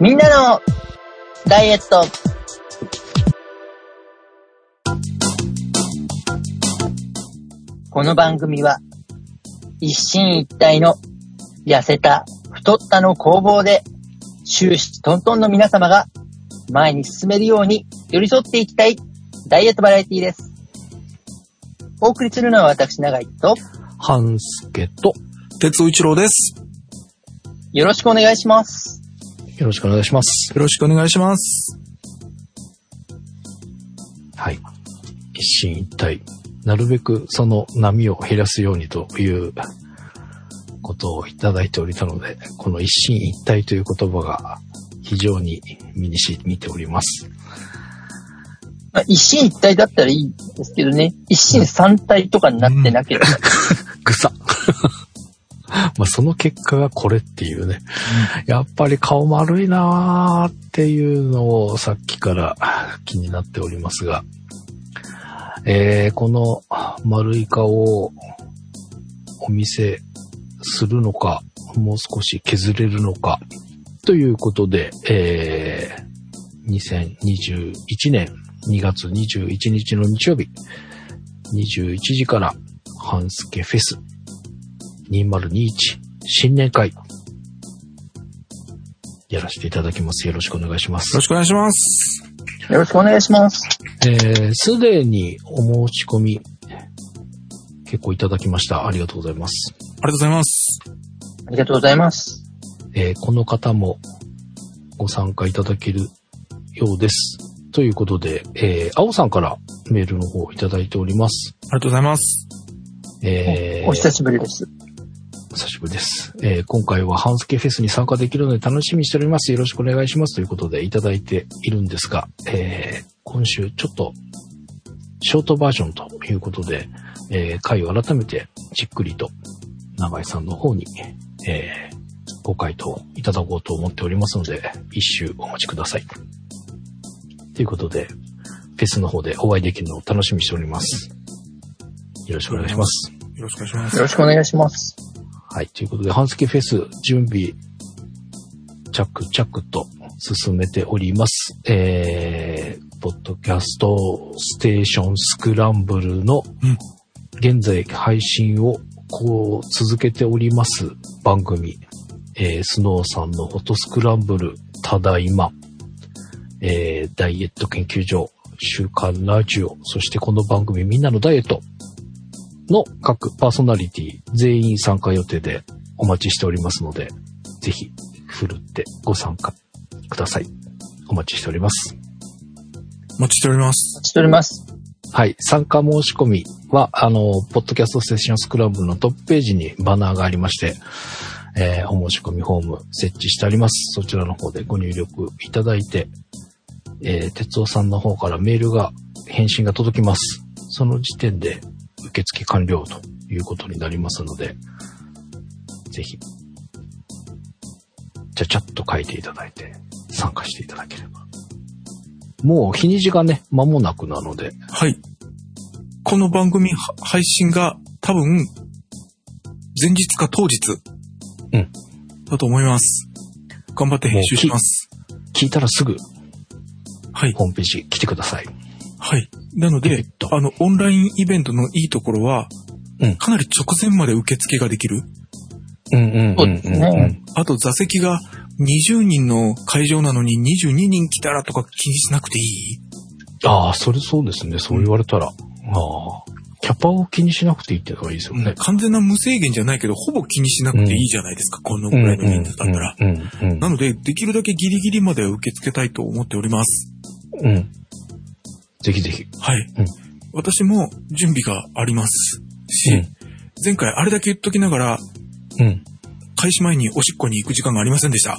みんなのダイエット。この番組は一進一退の痩せた太ったの攻防で終始トントンの皆様が前に進めるように寄り添っていきたいダイエットバラエティです。お送りするのは私永井と半助と哲夫一郎です。 よろしくお願いします。 よろしくお願いします。 よろしくお願いします。 はい。一進一退。なるべくその波を減らすようにということをいただいておりたので、この一進一退という言葉が非常に身に染みております。 一進一退だったらいいんですけどね。一進三退とかになってなければ。 ぐさ。まあその結果がこれっていうね。やっぱり顔丸いなーっていうのをさっきから気になっておりますが、この丸い顔をお見せするのか、もう少し削れるのかということで、2021年2月21日の日曜日21時から半助フェス2021新年会やらせていただきます。よろしくお願いします。 よろしくお願いします。 よろしくお願いします。 すでにお申し込み結構いただきました。ありがとうございます。 ありがとうございます。 ありがとうございます。 この方もご参加いただけるようです。ということで、青さんからメールの方いただいております。 ありがとうございます。 お久しぶりです。 お久しぶりです。今回は半助フェスに参加できるので楽しみにしております。よろしくお願いしますということでいただいているんですが、今週ちょっとショートバージョンということで、回を改めてじっくりと永井さんの方に、ご回答いただこうと思っておりますので、一周お待ちください。ということで、フェスの方でお会いできるのを楽しみにしております。よろしくお願いします。 よろしくお願いします。 よろしくお願いします。 はい。ということで、半助フェス準備、着々と進めております。ポッドキャストステーションスクランブルの、現在配信をこう続けております番組、スノーさんのフォトスクランブル、ただいま、ダイエット研究所、週刊ラジオ、そしてこの番組みんなのダイエットの各パーソナリティ全員参加予定でお待ちしておりますので、ぜひふるってご参加ください。お待ちしております。 お待ちしております。 お待ちしております。 はい。参加申し込みは、ポッドキャストステーションスクランブルのトップページにバナーがありまして、お申し込みフォーム設置してあります。そちらの方でご入力いただいて、哲夫さんの方からメールが、返信が届きます。その時点で受付完了ということになりますので、ぜひ、ちゃちゃっと書いていただいて、参加していただければ。もう日にちがね、間もなくなので。 はい。この番組配信が多分、前日か当日。だと思います。頑張って編集します。 聞いたらすぐ、 はい。 ホームページ来てください。 はい。なので、オンラインイベントのいいところは、かなり直前まで受付ができる。 そうですね。 あと座席が20人の会場なのに22人来たらとか気にしなくていい？ ああ、それそうですね。そう言われたら。キャパを気にしなくていいっていうのがいいですよね。 完全な無制限じゃないけど、ほぼ気にしなくていいじゃないですか。このぐらいの人数だったら。なので、できるだけギリギリまで受け付けたいと思っております。 ぜひぜひ。 はい。私も準備がありますし、前回あれだけ言っときながら、開始前におしっこに行く時間がありませんでした。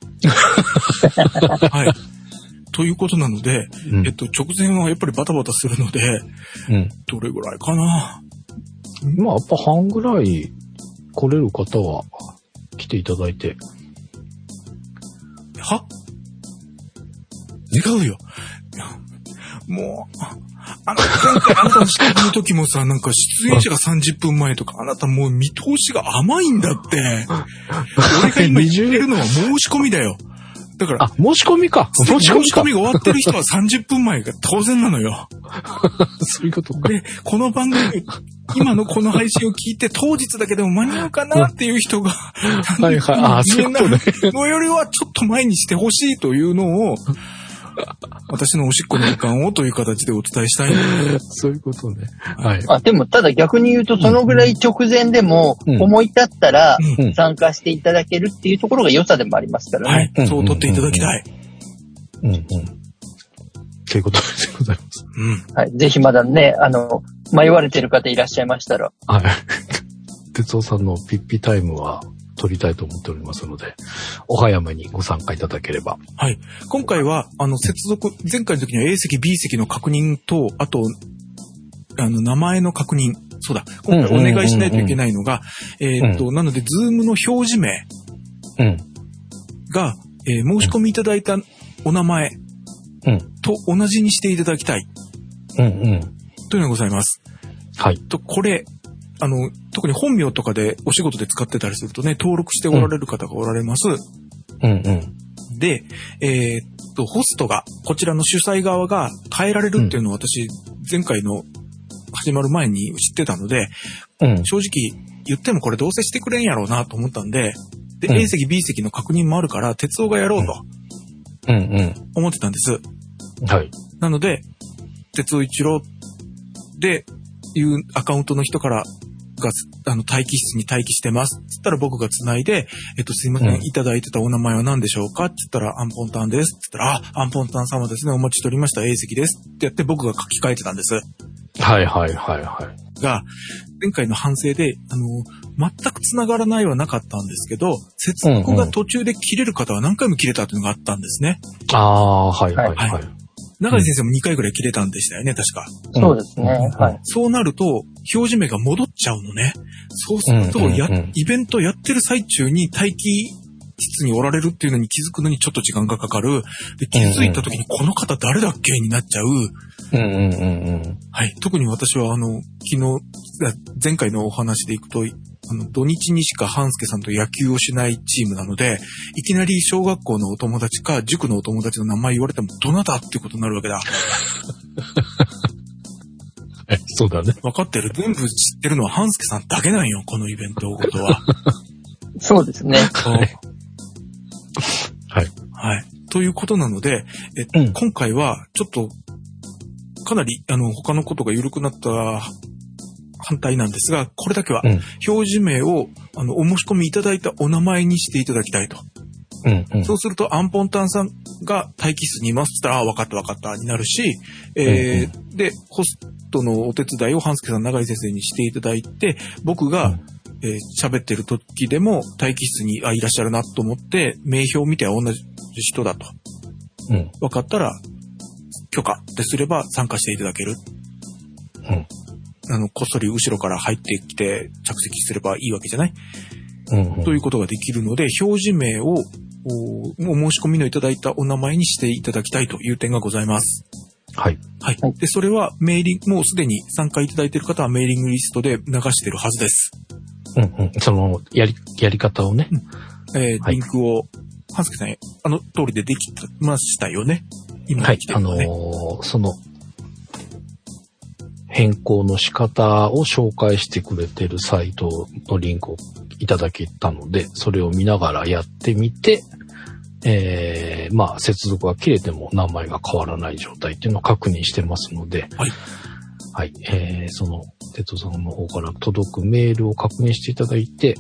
はい。ということなので、直前はやっぱりバタバタするので、どれぐらいかな。 まあ、やっぱ半ぐらい来れる方は来ていただいて。 は？違うよ。もう、前回あなたの司会の時もさ、なんか出演者が30分前とか、あなたもう見通しが甘いんだって。俺が今言ってるのは申し込みだよ。 だから。 申し込みか。 申し込みが終わってる人は30分前が当然なのよ。 そういうことか。 で、この番組、今のこの配信を聞いて当日だけでも間に合うかなっていう人が、 はいはい。そういうことね。 のよりはちょっと前にしてほしいというのを、私のおしっこの時間をという形でお伝えしたい。 そういうことね。はい。 でも、ただ逆に言うと、そのぐらい直前でも、思い立ったら、参加していただけるっていうところが良さでもありますからね。 はい。そう取っていただきたい。 ということでございます。 はい。ぜひまだね、迷われてる方いらっしゃいましたら。 はい。哲夫さんのピッピタイムは、取りたいと思っておりますので、お早めにご参加いただければ。 はい。今回は、接続、前回の時には A 席、B 席の確認と、あと、名前の確認。そうだ。今回お願いしないといけないのが、なので、ズームの表示名が、申し込みいただいたお名前と同じにしていただきたい。というのがございます。 はい。 これ、特に本名とかでお仕事で使ってたりするとね、登録しておられる方がおられます。で、ホストが、こちらの主催側が変えられるっていうのを私、前回の始まる前に知ってたので、正直言ってもこれどうせしてくれんやろうなと思ったんで、で、A 席、B 席の確認もあるから、鉄夫がやろうと、思ってたんです。 はい。 なので、鉄夫一郎でいうアカウントの人から、待機室に待機してます。つったら僕が繋いで、すいません、いただいてたお名前は何でしょうかって言ったら、アンポンタンです。つったら、アンポンタン様ですね、お待ちしておりました、A 席です。ってやって僕が書き換えてたんです。 はい。 が、前回の反省で、全く繋がらないはなかったんですけど、接続が途中で切れる方は何回も切れたというのがあったんですね。 はい。 中井先生も2回ぐらい切れたんでしたよね、確か。 そうですね。はい。 そうなると、表示名が戻っちゃうのね。そうすると、イベントやってる最中に待機室におられるっていうのに気づくのにちょっと時間がかかる。で、気づいた時にこの方誰だっけになっちゃう。はい。特に私は昨日、前回のお話でいくと、土日にしか半助さんと野球をしないチームなので、いきなり小学校のお友達か塾のお友達の名前言われてもどなたっていうことになるわけだ。 そうだね。 分かってる。全部知ってるのは半助さんだけなんよ、このイベントごとは。 そうですね。 はい。 ということなので、今回はちょっと、かなり、他のことが緩くなった反対なんですが、これだけは、表示名を、お申し込みいただいたお名前にしていただきたいと。そうすると、アンポンタンさんが待機室にいますって言ったら、わかったになるし、で、ホストのお手伝いを半助さん、永井先生にしていただいて、僕が、喋ってる時でも待機室にいらっしゃるなと思って、名標を見ては同じ人だと。分かったら、許可ですれば参加していただける。こっそり後ろから入ってきて着席すればいいわけじゃない、ということができるので、表示名をお申し込みのいただいたお名前にしていただきたいという点がございます。はい。で、それはもうすでに参加いただいている方はメーリングリストで流しているはずです。 その、やり方をね。 リンクを、半助さん、通りでできましたよね。今来てるのね。 その、変更の仕方を紹介してくれてるサイトのリンクをいただけたので、それを見ながらやってみて、接続が切れても名前が変わらない状態っていうのを確認してますので、その、哲夫さんの方から届くメールを確認していただいて、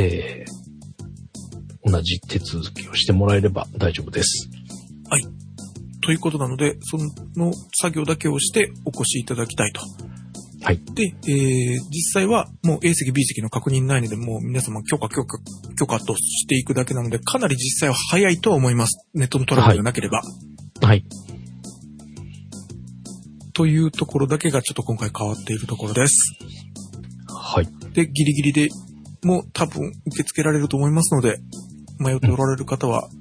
同じ手続きをしてもらえれば大丈夫です。 はい。ということなので、その作業だけをしてお越しいただきたいと。はい。で、実際はもう A 席 B 席の確認ないので、もう皆様許可としていくだけなので、かなり実際は早いとは思います。ネットのトラブルがなければ。はい。というところだけがちょっと今回変わっているところです。はい。で、ギリギリでも多分受け付けられると思いますので、迷っておられる方は、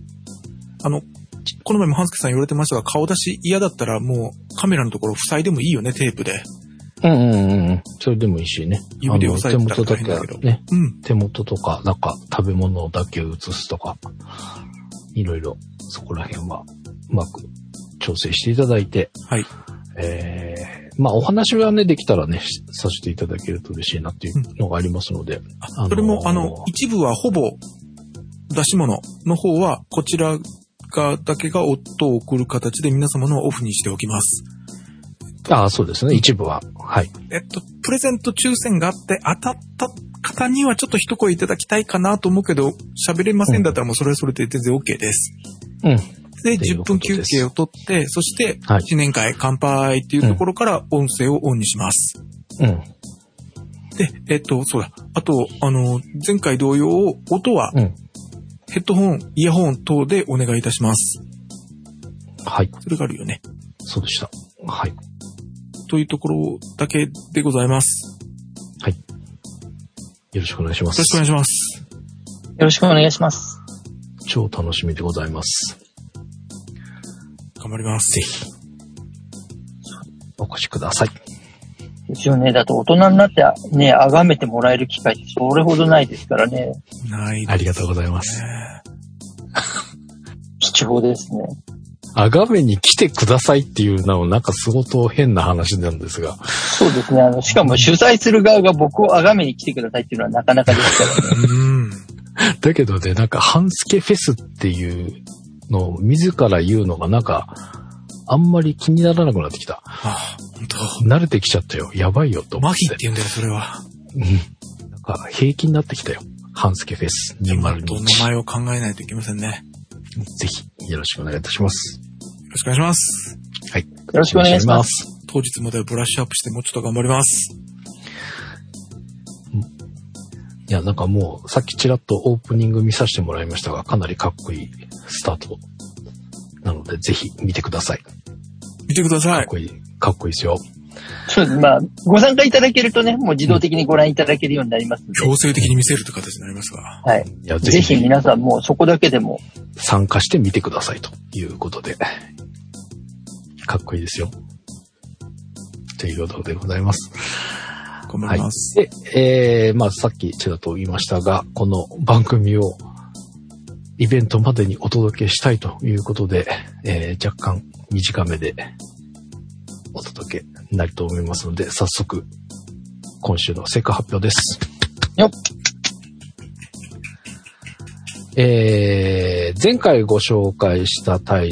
この前も半助さん言われてましたが、顔出し嫌だったらもうカメラのところ塞いでもいいよね、テープで。 それでもいいしね。 指で押さえてたら大変だけど。 ね。手元とか、なんか食べ物だけ映すとか、いろいろそこら辺はうまく調整していただいて、 はい。 まあお話はね、できたらね、させていただけると嬉しいなっていうのがありますので。 それも一部はほぼ出し物の方はこちらだけが音を送る形で皆様のはオフにしておきます。 そうですね、一部は。はい。 プレゼント抽選があって当たった方にはちょっと一声いただきたいかなと思うけど、喋れませんだったらもうそれはそれで全然 OK です。うん。で、10分休憩を取って、そして、新年会、乾杯っていうところから音声をオンにします。うん。で、そうだ。あと、前回同様、音は、ヘッドホン、イヤホン等でお願いいたします。 はい。 それがあるよね。 そうでした。はい。 というところだけでございます。 はい。よろしくお願いします。 よろしくお願いします。 よろしくお願いします。 超楽しみでございます。 頑張ります。 ぜひ、お越しください。 ですよね。だって大人になってね、崇めてもらえる機会ってそれほどないですからね。 ないですね。 ありがとうございます。 貴重ですね。 崇めに来てくださいっていうのはなんかすごく変な話なんですが。 そうですね。しかも主催する側が僕を崇めに来てくださいっていうのはなかなかですからね。 だけどね、なんか半助フェスっていうのを自ら言うのがなんかあんまり気にならなくなってきた。 本当。 慣れてきちゃったよ。やばいよと思って。 麻痺って言うんだよ、それは。 なんか平気になってきたよ。半助フェス202。 名前を考えないといけませんね。 ぜひよろしくお願いいたします。 よろしくお願いします。 はい。よろしくお願いします。 当日までブラッシュアップしてもうちょっと頑張ります。 いや、なんかもうさっきちらっとオープニング見させてもらいましたが、かなりかっこいいスタートなのでぜひ見てください。 見てください。 かっこいいですよ。 そうです。まあ、ご参加いただけるとね、もう自動的にご覧いただけるようになりますので。 強制的に見せるという形になりますが。 はい。いやぜひ皆さんもうそこだけでも参加してみてくださいということで。かっこいいですよ。ということでございます。 頑張ります。 はい、で、まあさっきちらっと言いましたが、この番組をイベントまでにお届けしたいということで、若干短めでお届けになると思いますので、早速今週の成果発表です。 よっ。 前回ご紹介した数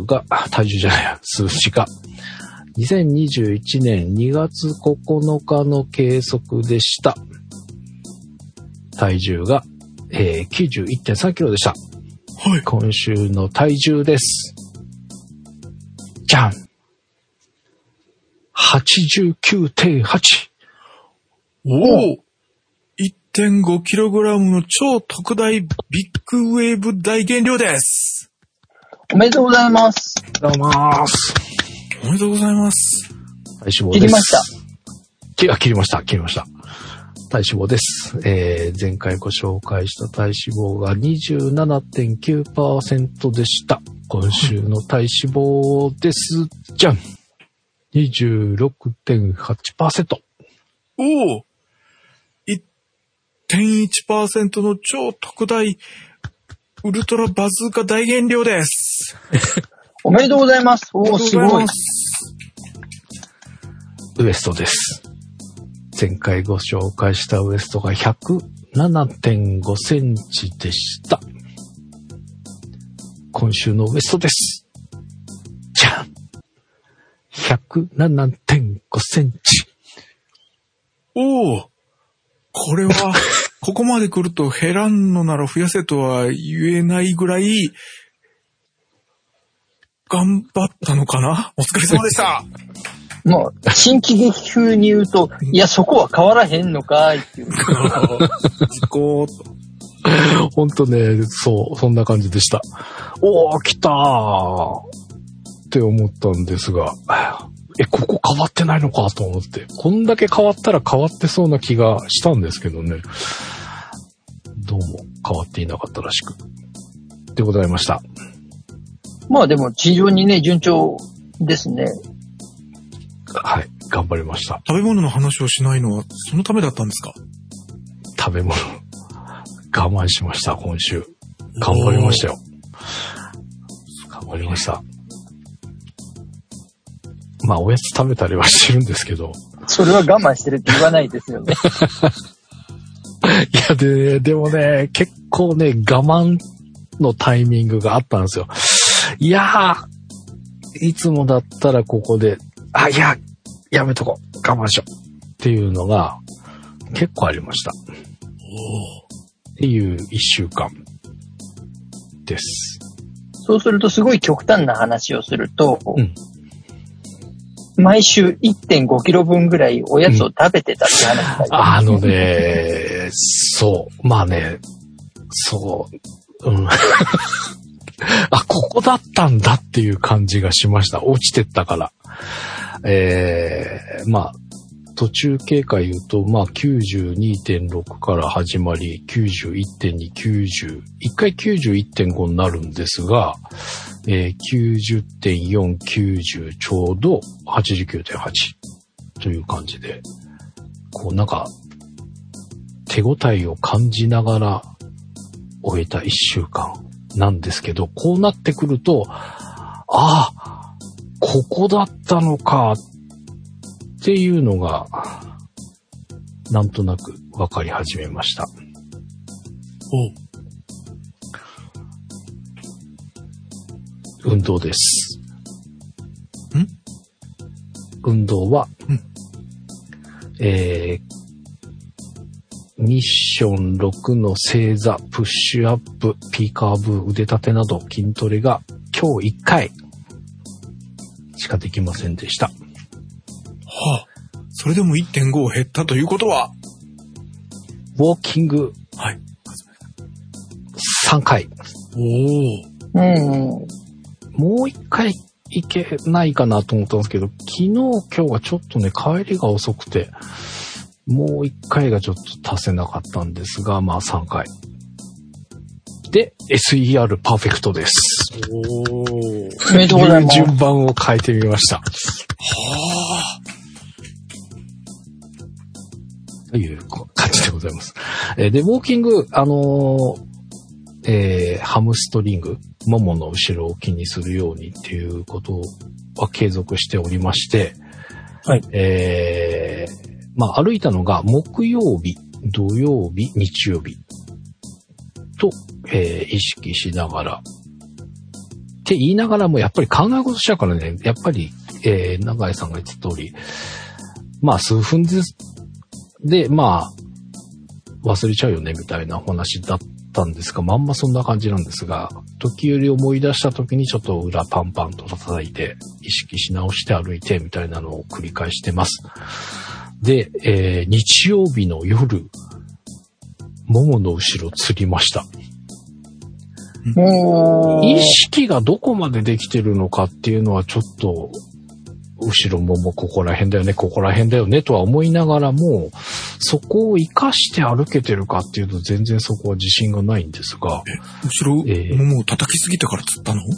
字が2021年2月9日の計測でした。体重が、91.3 キロでした。 はい。 今週の体重です。じゃん !89.8。 おお 1.5kg の超特大ビッグウェーブ大減量です。 おめでとうございます。 おめでとうございます。 おめでとうございます。 体脂肪です。 切りました。 切りました。体脂肪です。前回ご紹介した体脂肪が 27.9% でした。今週の体脂肪です。じゃん 26.8%。 おお 1.1% の超特大ウルトラバズーカ大減量です。 おめでとうございます。おお、すごい。 ウエストです。前回ご紹介したウエストが 107.5 センチでした。今週のウエストです。じゃん 107.5 センチ。 おお、これは、ここまで来ると減らんのなら増やせとは言えないぐらい、頑張ったのかな？お疲れ様でした。 もう、新喜劇風に言うと、いや、そこは変わらへんのかいっていう。 自己ほんとね、そんな感じでした。おー、来たーって思ったんですが、ここ変わってないのかと思って、こんだけ変わったら変わってそうな気がしたんですけどね。どうも変わっていなかったらしく。でございました。 まあでも、非常にね、順調ですね。 はい、頑張りました。 食べ物の話をしないのはそのためだったんですか？ 食べ物我慢しました。今週頑張りましたよ。 かりました。まあ、おやつ食べたりはしてるんですけど。 それは我慢してるって言わないですよね。 いや、でもね、結構ね、我慢のタイミングがあったんですよ。いやー、いつもだったらここで、いや、やめとこう、我慢しようっていうのが結構ありました。っていう一週間です。 そうするとすごい極端な話をすると、毎週 1.5 キロ分ぐらいおやつを食べてたって話があります、 ね、そう、まあね、そう、ここだったんだっていう感じがしました。落ちてったから。まあ、途中経過言うと、まあ 92.6 から始まり、91.2、90、1回 91.5 になるんですが、90.4、90ちょうど 89.8 という感じで、こうなんか手応えを感じながら終えた一週間なんですけど、こうなってくると、ここだったのかっていうのがなんとなく分かり始めました。運動です。運動は、ミッション6の正座、プッシュアップ、ピーカーブ、腕立てなど筋トレが今日1回しかできませんでした。 それでも 1.5 減ったということは、 ウォーキング、3回。もう1回いけないかなと思ったんですけど、昨日今日はちょっとね、帰りが遅くて、もう1回がちょっと足せなかったんですが、まあ3回。で、SER パーフェクトです。 おめでとうございます。 順番を変えてみました。という感じでございます。で、ウォーキング、ハムストリング、ももの後ろを気にするようにっていうことは継続しておりまして、まあ歩いたのが木曜日、土曜日、日曜日と、意識しながらって言いながらもやっぱり考え事しちゃうからね、やっぱり、永井さんが言った通り、まあ数分でまあ忘れちゃうよねみたいなお話だったんですが、まんまそんな感じなんですが、時折思い出した時にちょっと裏パンパンと叩いて意識し直して歩いてみたいなのを繰り返してます。で、日曜日の夜、ももの後ろ釣りました。意識がどこまでできてるのかっていうのはちょっと、後ろももここら辺だよね、ここら辺だよねとは思いながらも、そこを活かして歩けてるかっていうと全然そこは自信がないんですが。 後ろ、もう叩きすぎたから釣ったの？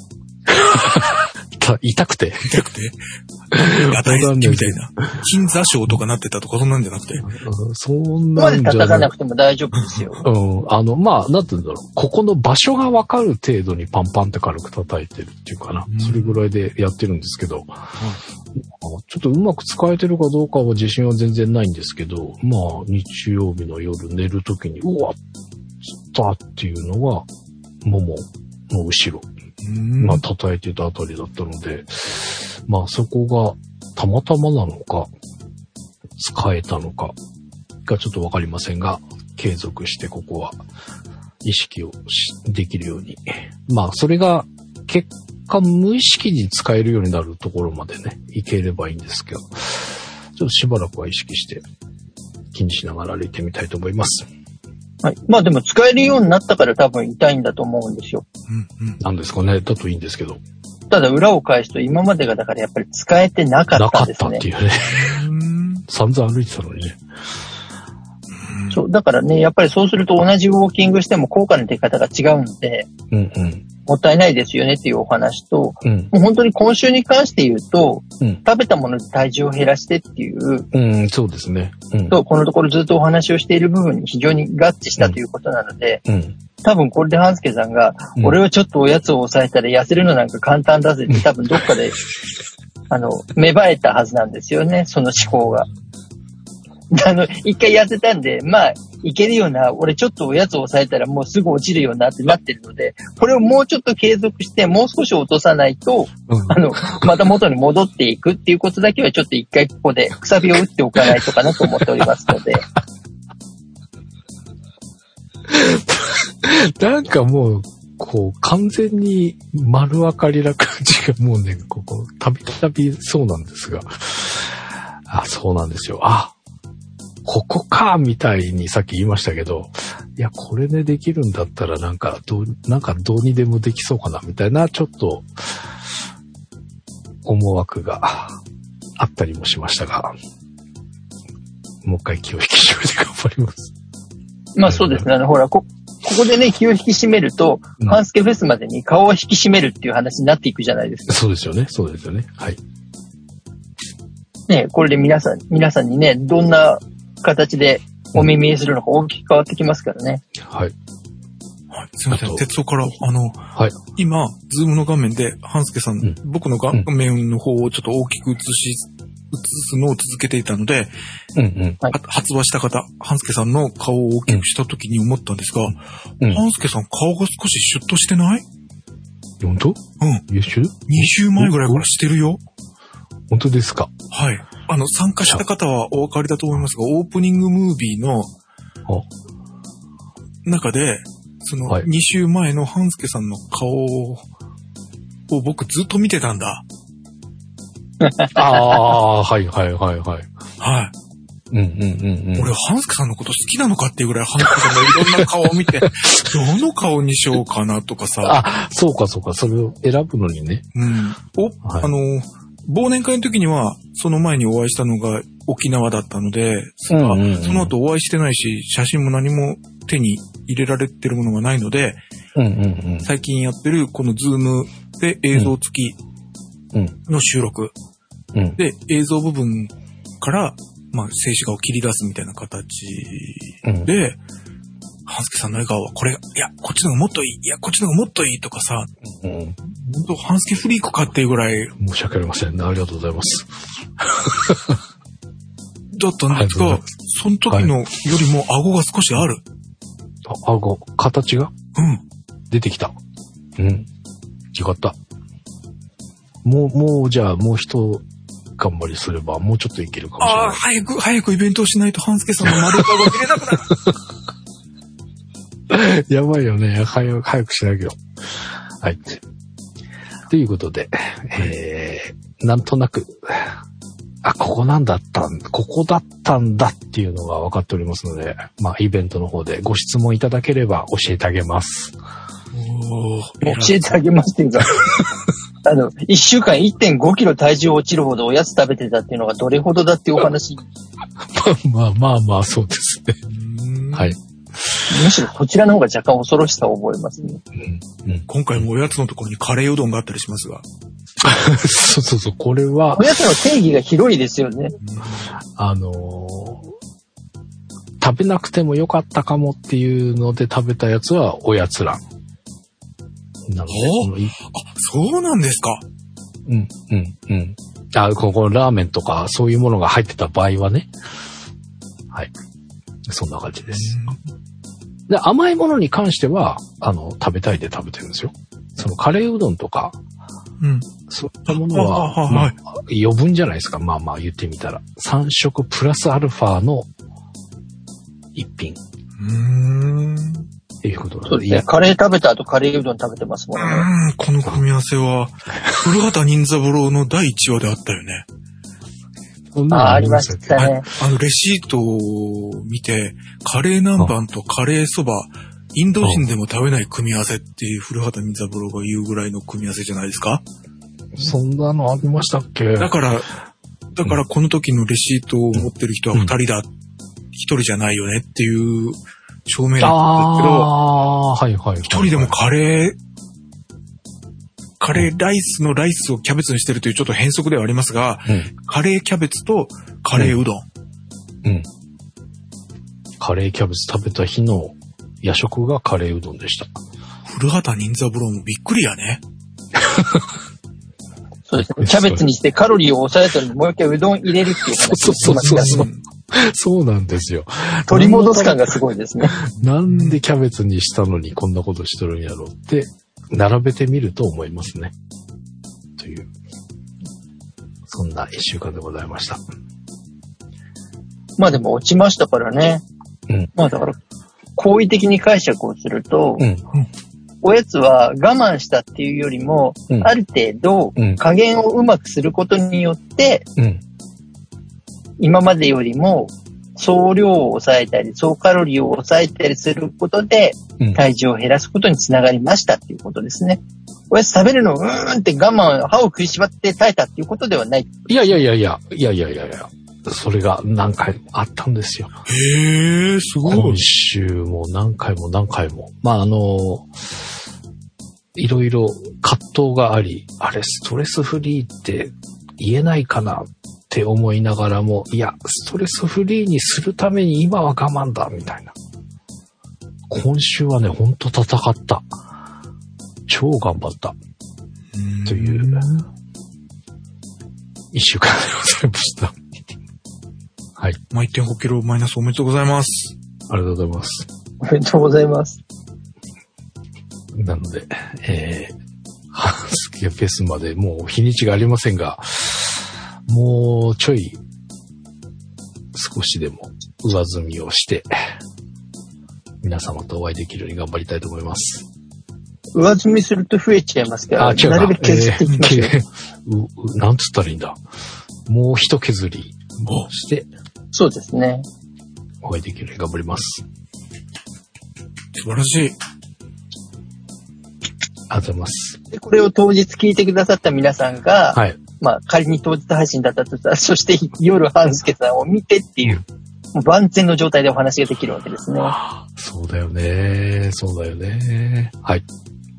痛くてが大好きみたいな。金座賞とかなってたとかそんなんじゃなくて。 そんなんじゃない。 まで叩かなくても大丈夫ですよ。 まあ、なんて言うんだろう。ここの場所がわかる程度にパンパンって軽く叩いてるっていうかな。それぐらいでやってるんですけど。ちょっとうまく使えてるかどうかは自信は全然ないんですけど、まあ、日曜日の夜寝るときに、うわっ、つったっていうのが、ももの後ろ。まあ、叩いてたあたりだったので、まあ、そこがたまたまなのか、使えたのか、がちょっとわかりませんが、継続してここは意識をできるように。まあ、それが結果無意識に使えるようになるところまでね、いければいいんですけど、ちょっとしばらくは意識して気にしながら歩いてみたいと思います。 はい。まあでも使えるようになったから多分痛いんだと思うんですよ。 なんですかね。だといいんですけど。 ただ裏を返すと今までがだからやっぱり使えてなかったんですね。 なかったっていうね。散々歩いてたのにね。 そう。だからね、やっぱりそうすると同じウォーキングしても効果の出方が違うんで、もったいないですよねっていうお話と、もう本当に今週に関して言うと、食べたもので体重を減らしてっていう、 そうですね。 と、このところずっとお話をしている部分に非常に合致したということなので、 多分これで半助さんが、俺はちょっとおやつを抑えたら痩せるのなんか簡単だぜって多分どっかで、芽生えたはずなんですよね、その思考が。一回痩せたんで、まあ、いけるよな、俺ちょっとおやつを抑えたらもうすぐ落ちるよなってなってるので、これをもうちょっと継続して、もう少し落とさないと、また元に戻っていくっていうことだけはちょっと一回ここでくさびを打っておかないとかなと思っておりますので。 なんかもう、こう、完全に丸分かりな感じがもうね、たびたびそうなんですが。そうなんですよ。ここかみたいにさっき言いましたけど、いや、これでできるんだったらなんかどうにでもできそうかなみたいな、ちょっと、思惑があったりもしましたが、もう一回気を引き締めて頑張ります。 まあそうですね。ほら、ここでね、気を引き締めると、半助フェスまでに顔を引き締めるっていう話になっていくじゃないですか。 そうですよね。そうですよね。はい。 ね、これで皆さんにね、どんな形でお耳にするのか大きく変わってきますからね。 はい。 はい、すいません。哲夫から、 はい、 今、ズームの画面で、半助さん、僕の画面の方をちょっと大きく映すのを続けていたので、発話した方、半助さんの顔を大きくした時に思ったんですが、半助さん顔が少しシュッとしてない？ 本当？ 2週前ぐらいからしてるよ。 本当ですか？ はい。参加した方はお分かりだと思いますが、オープニングムービーの中で、その2週前の半助さんの顔を僕ずっと見てたんだ。 はい。はい。 俺、半助さんのこと好きなのかっていうぐらい、半助さんのいろんな顔を見て、どの顔にしようかなとかさ。 そうか。それを選ぶのにね。 忘年会の時には、その前にお会いしたのが沖縄だったので、その後お会いしてないし、写真も何も手に入れられてるものがないので、最近やってるこのズームで映像付きの収録、で、映像部分から、まあ、静止画を切り出すみたいな形で、半助さんの笑顔はこれ、いや、こっちの方がもっといい、いや、こっちの方がもっといいとかさ、本当半助フリークかっていうぐらい。 申し訳ありません。ありがとうございます。 だったんですが、その時のよりも顎が少しある。 顎、形が出てきた。違った。もうじゃあ、もう一頑張りすれば、もうちょっといけるかもしれない。 早くイベントをしないと半助さんの丸顔が見れなくなる。 やばいよね。早くしなきゃ。はい。ということで、なんとなく、ここだったんだっていうのが分かっておりますので、まあ、イベントの方でご質問いただければ教えてあげます。 教えてあげますっていうか、1週間 1.5 キロ体重落ちるほどおやつ食べてたっていうのがどれほどだっていうお話。 まあ、そうですね。はい。 むしろこちらの方が若干恐ろしさを覚えますね。 今回もおやつのところにカレーうどんがあったりしますが。 そう、これは。 おやつの定義が広いですよね。 食べなくてもよかったかもっていうので食べたやつはおやつらん。なのでそうなんですか。 ここラーメンとかそういうものが入ってた場合はね。はい。そんな感じです。で、甘いものに関しては、食べたいで食べてるんですよ。そのカレーうどんとか、そういったものは、余分じゃないですか。まあ言ってみたら。3食プラスアルファの一品。っていうことそうですね。カレー食べた後カレーうどん食べてますもんね。 この組み合わせは、古畑任三郎の第1話であったよね。 ありましたね。 レシートを見て、カレー南蛮とカレーそば、インド人でも食べない組み合わせっていう古畑任三郎が言うぐらいの組み合わせじゃないですか？ そんなのありましたっけ？ だからこの時のレシートを持ってる人は2人だ。1人じゃないよねっていう証明だったんですけど、1人でもカレーライスのライスをキャベツにしてるというちょっと変則ではありますが、カレーキャベツとカレーうどん。 カレーキャベツ食べた日の夜食がカレーうどんでした。 古畑任三郎もびっくりやね。 そうですね。キャベツにしてカロリーを抑えたのにもう一回うどん入れるっていう話をしました。 そうなんですよ。 取り戻す感がすごいですね。 なんでキャベツにしたのにこんなことしとるんやろうって、並べてみると思いますね。という、そんな一週間でございました。 まあでも落ちましたからね。 うん。 まあだから、好意的に解釈をすると、 うん。 おやつは我慢したっていうよりも、 うん、 ある程度加減をうまくすることによって、 うん、 今までよりも総量を抑えたり、総カロリーを抑えたりすることで、体重を減らすことにつながりましたっていうことですね。おやつ食べるのをって我慢、歯を食いしばって耐えたっていうことではない。 いや。それが何回もあったんですよ。 へー、すごい。 今週も何回も。まあいろいろ葛藤があり、あれストレスフリーって言えないかなって思いながらも、いや、ストレスフリーにするために今は我慢だ、みたいな。今週はね、ほんと戦った。超頑張った。という、一週間でございました。はい。 1.5 キロマイナスおめでとうございます。 ありがとうございます。 おめでとうございます。 なので、ハンスケフェスまでもう日にちがありませんが、もうちょい少しでも上積みをして、皆様とお会いできるように頑張りたいと思います。 上積みすると増えちゃいますから、なるべく削っていきましょう。なんつったらいいんだ。もう一削りをして、 そうですね。 お会いできるように頑張ります。 素晴らしい。 ありがとうございます。 で、これを当日聞いてくださった皆さんが、 はい。 まあ、仮に当日配信だったとしたら、そして夜、半助さんを見てっていう、もう万全の状態でお話ができるわけですね。 そうだよね。はい。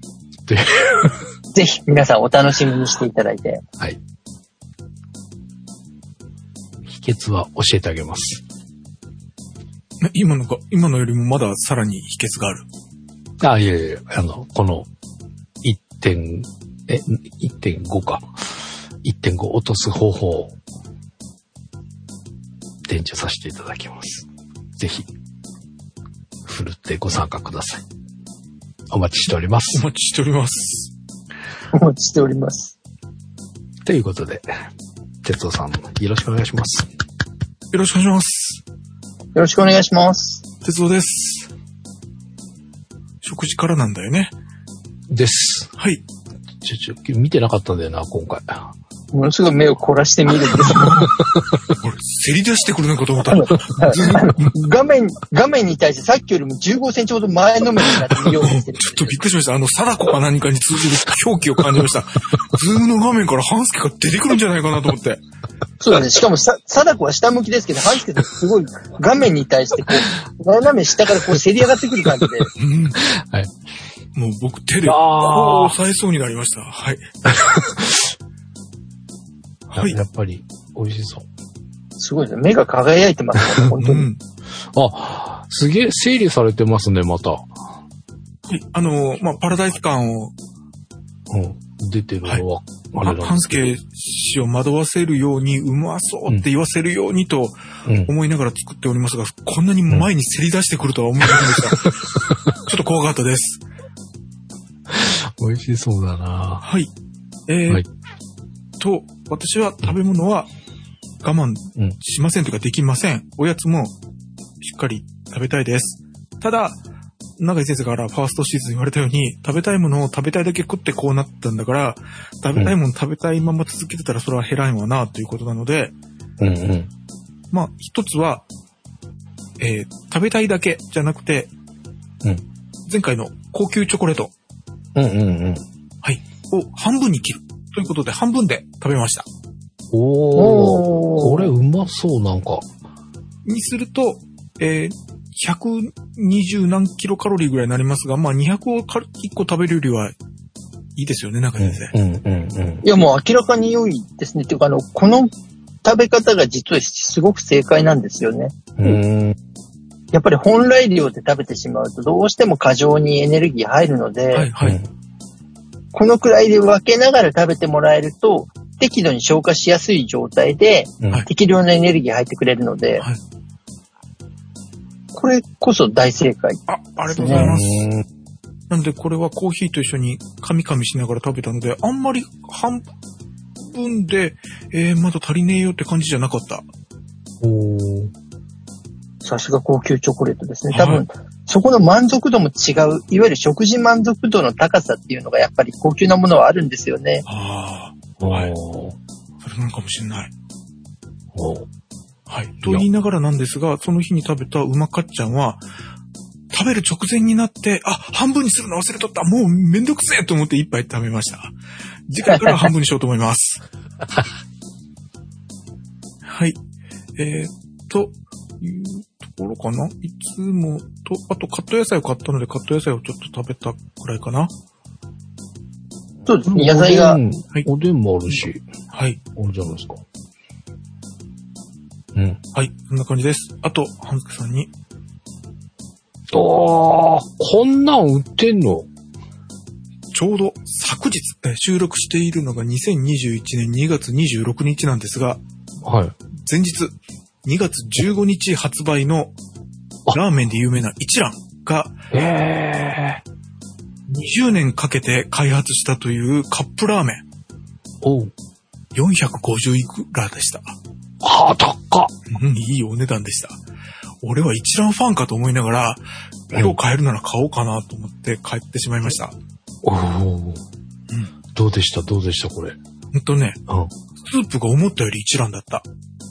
ぜひ、皆さんお楽しみにしていただいて。 はい。秘訣は教えてあげます。 今のよりもまださらに秘訣がある。 いや、この、1.5 か。1.5 落とす方法を伝授させていただきます。ぜひ、ふるってご参加ください。お待ちしております。 お待ちしております。 お待ちしております。 ということで、哲夫さん、よろしくお願いします。 よろしくお願いします。 よろしくお願いします。 哲夫です。食事からなんだよね。 です。 はい。 見てなかったんだよな、今回。 ものすごい目を凝らしてみるんです。 俺、せり出してくるのかと思った。 画面に対してさっきよりも15センチほど前のめりになって見ようとしてる。 ちょっとびっくりしました。貞子か何かに通じる表記を感じました。ズームの画面から半助が出てくるんじゃないかなと思って。 そうだね。しかも貞子は下向きですけど、半助さんすごい画面に対してこう、斜め下からこうせり上がってくる感じで。 はい。 もう僕手でこう押さえそうになりました。はい。 はい、やっぱり美味しそう。 すごいですね。目が輝いてますね、本当に。 すげえ整理されてますね、また。はい、 パラダイス感を。 出てるのは、 半助氏を惑わせるように、うまそうって言わせるようにと思いながら作っておりますが、こんなに前にせり出してくるとは思いませんでした。ちょっと怖かったです。 美味しそうだな。 はい。私は食べ物は我慢しませんというかできません。おやつもしっかり食べたいです。ただ、永井先生からファーストシーズン言われたように、食べたいものを食べたいだけ食ってこうなったんだから、食べたいもの食べたいまま続けてたらそれは減らんわなということなので、まあ一つは、食べたいだけじゃなくて、前回の高級チョコレート、はい、を半分に切るということで半分で食べました。 これうまそうなんか。 にすると、120何キロカロリーぐらいになりますが、まあ200を1個食べるよりはいいですよね、中井先生。 いや、もう明らかに良いですね。っていうか、この食べ方が実はすごく正解なんですよね。 やっぱり本来量で食べてしまうとどうしても過剰にエネルギー入るので、 はいはい。 このくらいで分けながら食べてもらえると、適度に消化しやすい状態で、適量なエネルギー入ってくれるので、これこそ大正解ですね。 ありがとうございます。なのでこれはコーヒーと一緒に噛み噛みしながら食べたので、あんまり半分で、まだ足りねえよって感じじゃなかった。 さすが高級チョコレートですね。多分、そこの満足度も違う、いわゆる食事満足度の高さっていうのがやっぱり高級なものはあるんですよね。 はい。それなのかもしれない。はい。と言いながらなんですが、その日に食べたうまかっちゃんは、食べる直前になって、半分にするの忘れとった。もうめんどくせえと思って一杯食べました。次回から半分にしようと思います。はい。いうところかな。いつもと、あとカット野菜を買ったので、カット野菜をちょっと食べたくらいかな。 そうですね。野菜が。 おでんもあるし。 はい。 あるじゃないですか。 はい。そんな感じです。あと、半助さんに。 こんなん売ってんの？ ちょうど昨日、収録しているのが2021年2月26日なんですが、 はい。 前日、2月15日発売のラーメンで有名な一蘭が、20年かけて開発したというカップラーメン。450いくらでした。 高っ。 いいお値段でした。俺は一蘭ファンかと思いながら、今日買えるなら買おうかなと思って買ってしまいました。 どうでしたこれ。 スープが思ったより一蘭だった。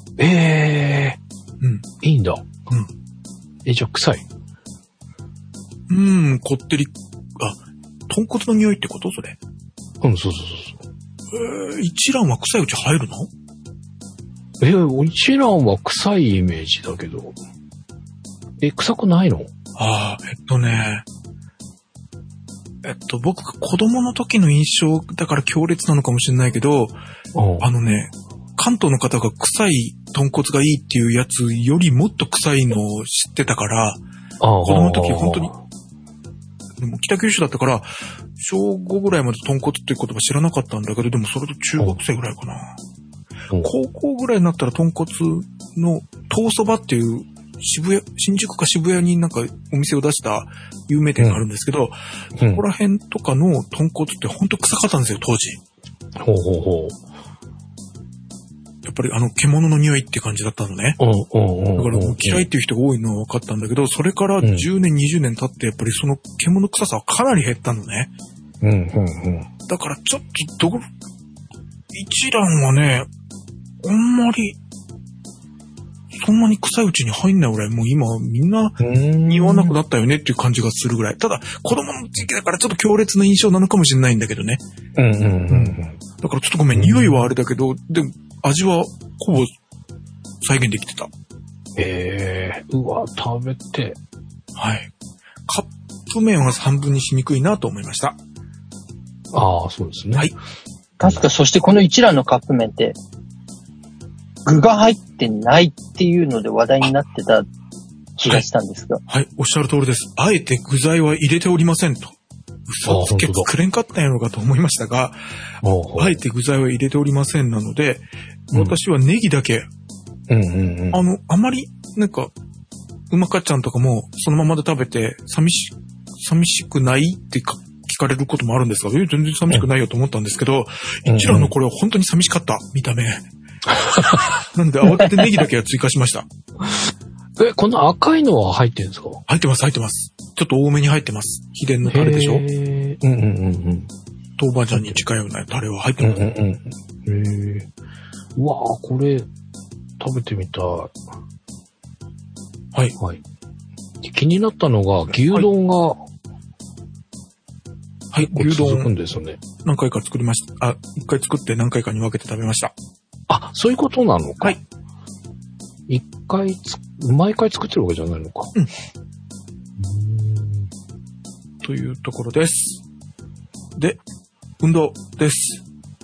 いいんだ。じゃあ臭い？ こってり、豚骨の匂いってことそれ。 そう。 一蘭は臭いうち入るの？ 一蘭は臭いイメージだけど。臭くないの？ 僕が子供の時の印象だから強烈なのかもしれないけど、関東の方が臭い豚骨がいいっていうやつよりもっと臭いのを知ってたから、子供の時本当に、でも北九州だったから、小5ぐらいまで豚骨っていう言葉知らなかったんだけど、でもそれと中学生ぐらいかな。高校ぐらいになったら豚骨の東そばっていう新宿か渋谷になんかお店を出した有名店があるんですけど、そこら辺とかの豚骨ってほんと臭かったんですよ、当時。やっぱり獣の匂いって感じだったのね。だからもう嫌いっていう人が多いのは分かったんだけど、それから10年、20年経ってやっぱりその獣臭さはかなり減ったのね。だからちょっと一蘭はね、あんまりそんなに臭いうちに入んないぐらい、もう今みんな匂わなくなったよねっていう感じがするぐらい。ただ子供の時期だからちょっと強烈な印象なのかもしれないんだけどね。だからちょっとごめん、匂いはあれだけど、でも味はほぼ再現できてた。 うわ、食べて。 はい。カップ麺は半分にしにくいなと思いました。 そうですね。 はい。 確か、そしてこの一蘭のカップ麺って、具が入ってないっていうので話題になってた気がしたんですが。 はい、おっしゃる通りです。あえて具材は入れておりませんと。嘘つけ作れんかったんやろうかと思いましたが、あえて具材は入れておりませんなので、私はネギだけ、あまり、なんか、うまかっちゃんとかもそのままで食べて寂しくないって聞かれることもあるんですが、全然寂しくないよと思ったんですけど、一蘭のこれは本当に寂しかった、見た目。なんで慌ててネギだけは追加しました。 この赤いのは入ってるんですか？ 入ってます。ちょっと多めに入ってます。秘伝のタレでしょ？豆板醤に近いようなタレは入ってます。 うわぁ、これ、食べてみたい。 はい。 気になったのが、牛丼が、 はい、牛丼。 続くんですよね。 何回か作りました。一回作って何回かに分けて食べました。 そういうことなのか。 はい。 毎回作ってるわけじゃないのか。 というところです。で、運動です。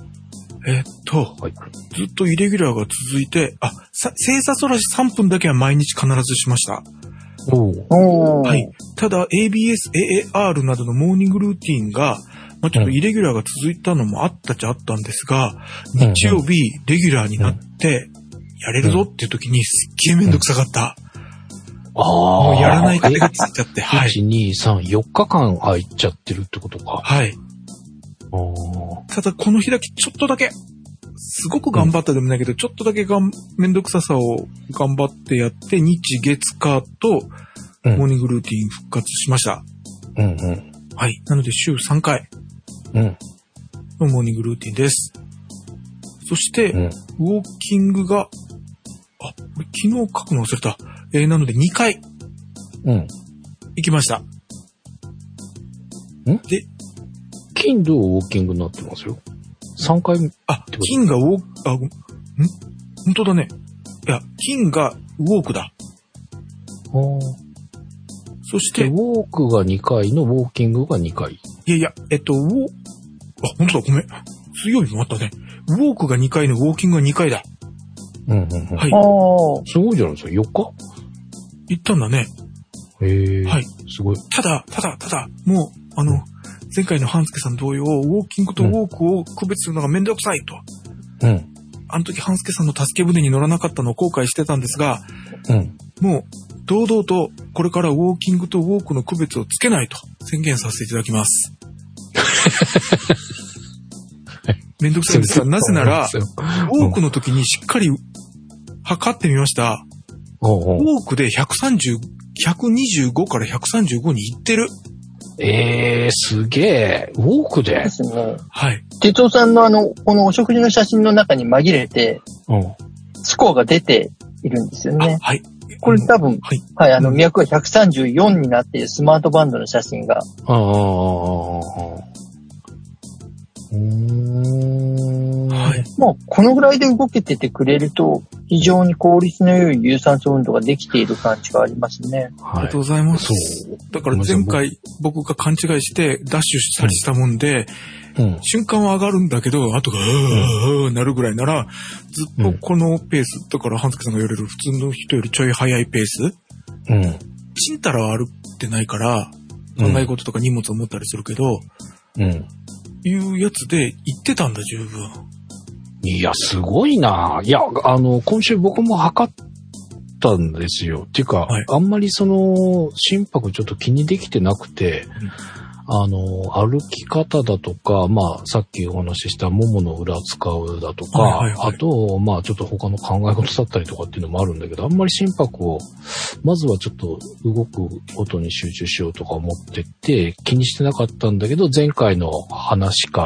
ずっとイレギュラーが続いて、正座そらし3分だけは毎日必ずしました。 はい。ただ ABS、AAR などのモーニングルーティンが、まあ、ちょっとイレギュラーが続いたのもあったっちゃあったんですが、日曜日レギュラーになってやれるぞっていう時にすっげえめんどくさかった。もうやらない手がついちゃって、はい。 1、2、3、4日間空いちゃってるってことか。 はい。ただこの日だけちょっとだけ、すごく頑張ったでもないけど、ちょっとだけめんどくささを頑張ってやって、日月火とモーニングルーティン復活しました。はい。なので週3回のモーニングルーティンです。そして、ウォーキングが、これ昨日書くの忘れた。なので2回行きました。で、 金土ウォーキングになってますよ。3回目。 金が本当だね。いや、金がウォークだ。そして、 ウォークが2回のウォーキングが2回。 いやいや、本当だ、ごめん。水曜日もあったね。ウォークが2回のウォーキングが2回だ。 はい。すごいじゃないですか、4日行ったんだね。 はい。すごい。 ただ、もう、前回の半助さん同様、ウォーキングとウォークを区別するのがめんどくさいと。あの時半助さんの助け舟に乗らなかったのを後悔してたんですが、もう、堂々とこれからウォーキングとウォークの区別をつけないと宣言させていただきます。めんどくさいんですが、なぜなら、ウォークの時にしっかり測ってみました。ウォークで125から135に行ってる。 すげえ。ウォークでですね。 はい。 哲夫さんのこのお食事の写真の中に紛れて、スコアが出ているんですよね。 はい。 これ多分、はい、脈が134になっているスマートバンドの写真が。はい。もう、このぐらいで動けててくれると、非常に効率の良い有酸素運動ができている感じがありますね。 ありがとうございます。だから前回僕が勘違いしてダッシュしたりしたもんで、瞬間は上がるんだけど、後がなるぐらいなら、ずっとこのペース、だから半助さんが言われる普通の人よりちょい速いペース、ちんたらは歩ってないから、考え事とか荷物を持ったりするけど、いうやつで行ってたんだ、十分。 いや、すごいな。いや、今週僕も測ったんですよ。っていうか、あんまり心拍ちょっと気にできてなくて、歩き方だとか、まあ、さっきお話ししたももの裏使うだとか、あと、まあ、ちょっと他の考え事だったりとかっていうのもあるんだけど、あんまり心拍を、まずはちょっと動くことに集中しようとか思ってて、気にしてなかったんだけど、前回の話から、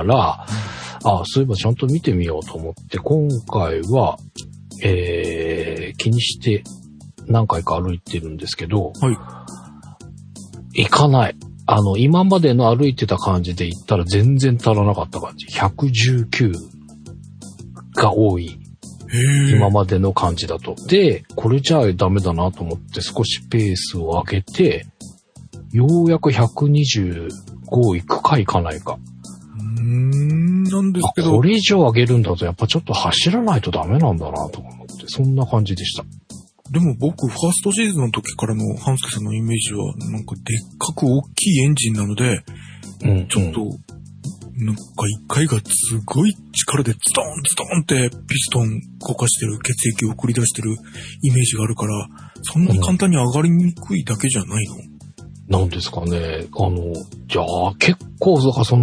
そういえばちゃんと見てみようと思って、今回は、気にして何回か歩いてるんですけど、行かない。今までの歩いてた感じで行ったら全然足らなかった感じ。119が多い。今までの感じだと。で、これじゃあダメだなと思って少しペースを上げて、ようやく125行くか行かないか。 なんですけど。 これ以上上げるんだとやっぱちょっと走らないとダメなんだなと思って、そんな感じでした。 でも僕、ファーストシーズンの時からの半助さんのイメージは、なんかでっかく大きいエンジンなので、ちょっと、なんか一回がすごい力でズドンズドンってピストン動かしてる、血液を送り出してるイメージがあるから、そんなに簡単に上がりにくいだけじゃないの？ なんですかね。じゃあ結構、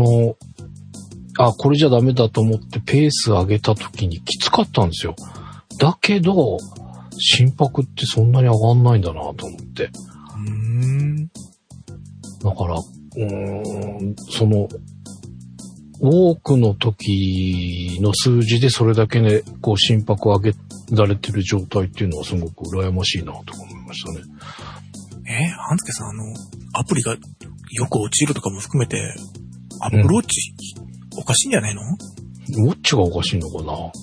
これじゃダメだと思ってペース上げた時にきつかったんですよ。だけど、心拍ってそんなに上がんないんだなと思って。だから、ウォークの時の数字でそれだけね、こう心拍を上げられてる状態っていうのはすごく羨ましいなと思いましたね。 半助さん、アプリがよく落ちるとかも含めて、アップルウォッチ、おかしいんじゃないの？ ウォッチがおかしいのかな？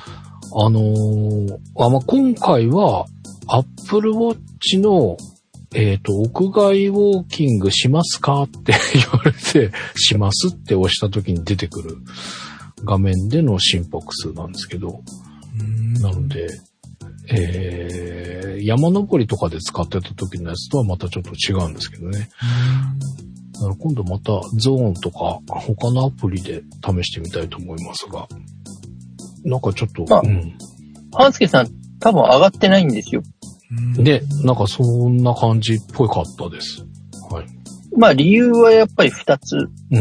今回は、Apple Watch の、屋外ウォーキングしますかって言われて、しますって押した時に出てくる画面での心拍数なんですけど、なので、 山登りとかで使ってた時のやつとはまたちょっと違うんですけどね。だから今度またゾーンとか他のアプリで試してみたいと思いますが。なんかちょっと、 半助さん多分上がってないんですよ。 で、なんかそんな感じっぽかったです。はい。 まあ理由はやっぱり2つ。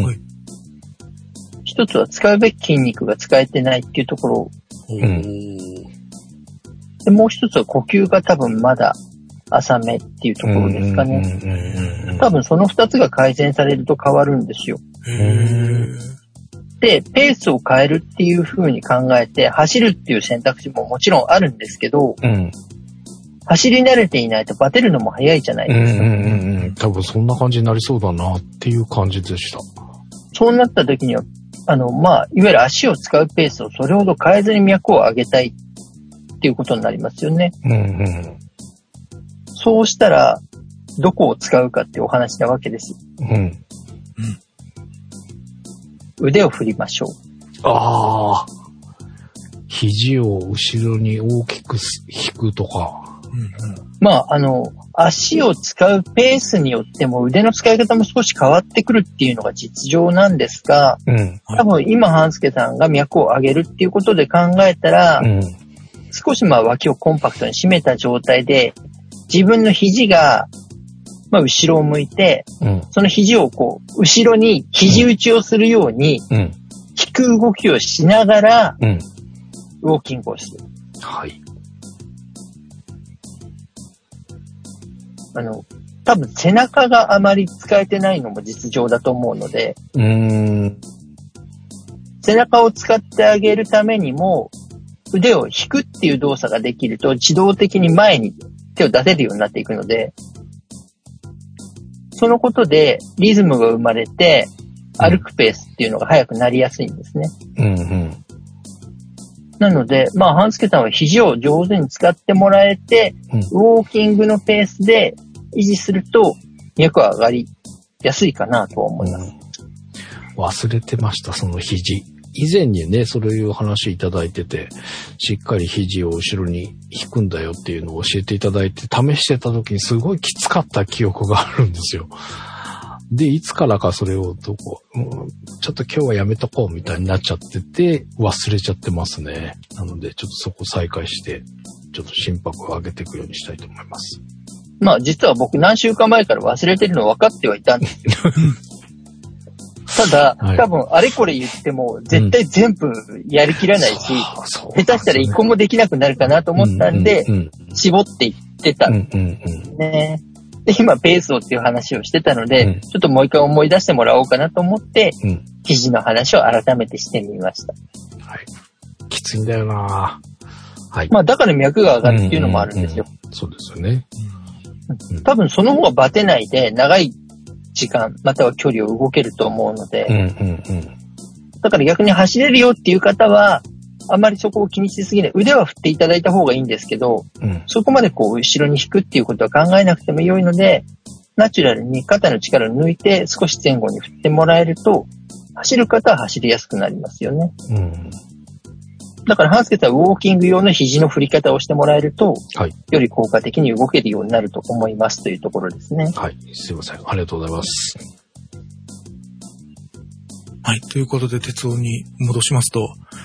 一つは使うべき筋肉が使えてないっていうところ。でもう一つは呼吸が多分まだ浅めっていうところですかね。多分その2つが改善されると変わるんですよ。で、ペースを変えるっていう風に考えて走るっていう選択肢ももちろんあるんですけど、走り慣れていないとバテるのも早いじゃないですか。 多分そんな感じになりそうだなっていう感じでした。 そうなった時には、いわゆる足を使うペースをそれほど変えずに脈を上げたいっていうことになりますよね。そうしたら、どこを使うかっていうお話なわけです。腕を振りましょう。 肘を後ろに大きく引くとか。 足を使うペースによっても腕の使い方も少し変わってくるっていうのが実情なんですが、多分今半助さんが脈を上げるっていうことで考えたら、少し脇をコンパクトに締めた状態で、自分の肘が、後ろを向いて、その肘を後ろに肘打ちをするように、引く動きをしながら、ウォーキングをする。 はい。 多分背中があまり使えてないのも実情だと思うので、背中を使ってあげるためにも、腕を引くっていう動作ができると自動的に前に手を出せるようになっていくので、そのことでリズムが生まれて歩くペースっていうのが速くなりやすいんですね。なので、半助さんは肘を上手に使ってもらえて、ウォーキングのペースで維持すると脈は上がりやすいかなと思います。 忘れてました、その肘。以前にね、そういう話いただいてて、しっかり肘を後ろに引くんだよっていうのを教えていただいて、試してた時にすごいきつかった記憶があるんですよ。で、いつからかそれをちょっと今日はやめとこうみたいになっちゃってて、忘れちゃってますね。なので、ちょっとそこ再開して、ちょっと心拍を上げていくようにしたいと思います。 実は僕何週間前から忘れてるの分かってはいたんですよ。ただ、多分あれこれ言っても絶対全部やりきらないし、下手したら一個もできなくなるかなと思ったんで、絞っていってたんですね。で、今ペースをっていう話をしてたので、ちょっともう一回思い出してもらおうかなと思って、肘の話を改めてしてみました。 はい。きついんだよな。はい。 だから脈が上がるっていうのもあるんですよ。 そうですよね。 多分その方がバテないで長い時間または距離を動けると思うので、だから逆に走れるよっていう方はあんまりそこを気にしすぎない。腕は振っていただいた方がいいんですけど、そこまで後ろに引くっていうことは考えなくても良いので、ナチュラルに肩の力を抜いて少し前後に振ってもらえると、走る方は走りやすくなりますよね。だから半助さんはウォーキング用の肘の振り方をしてもらえると、より効果的に動けるようになると思いますというところですね。 はい、すいません。ありがとうございます。 はい、ということで鉄夫に戻しますと、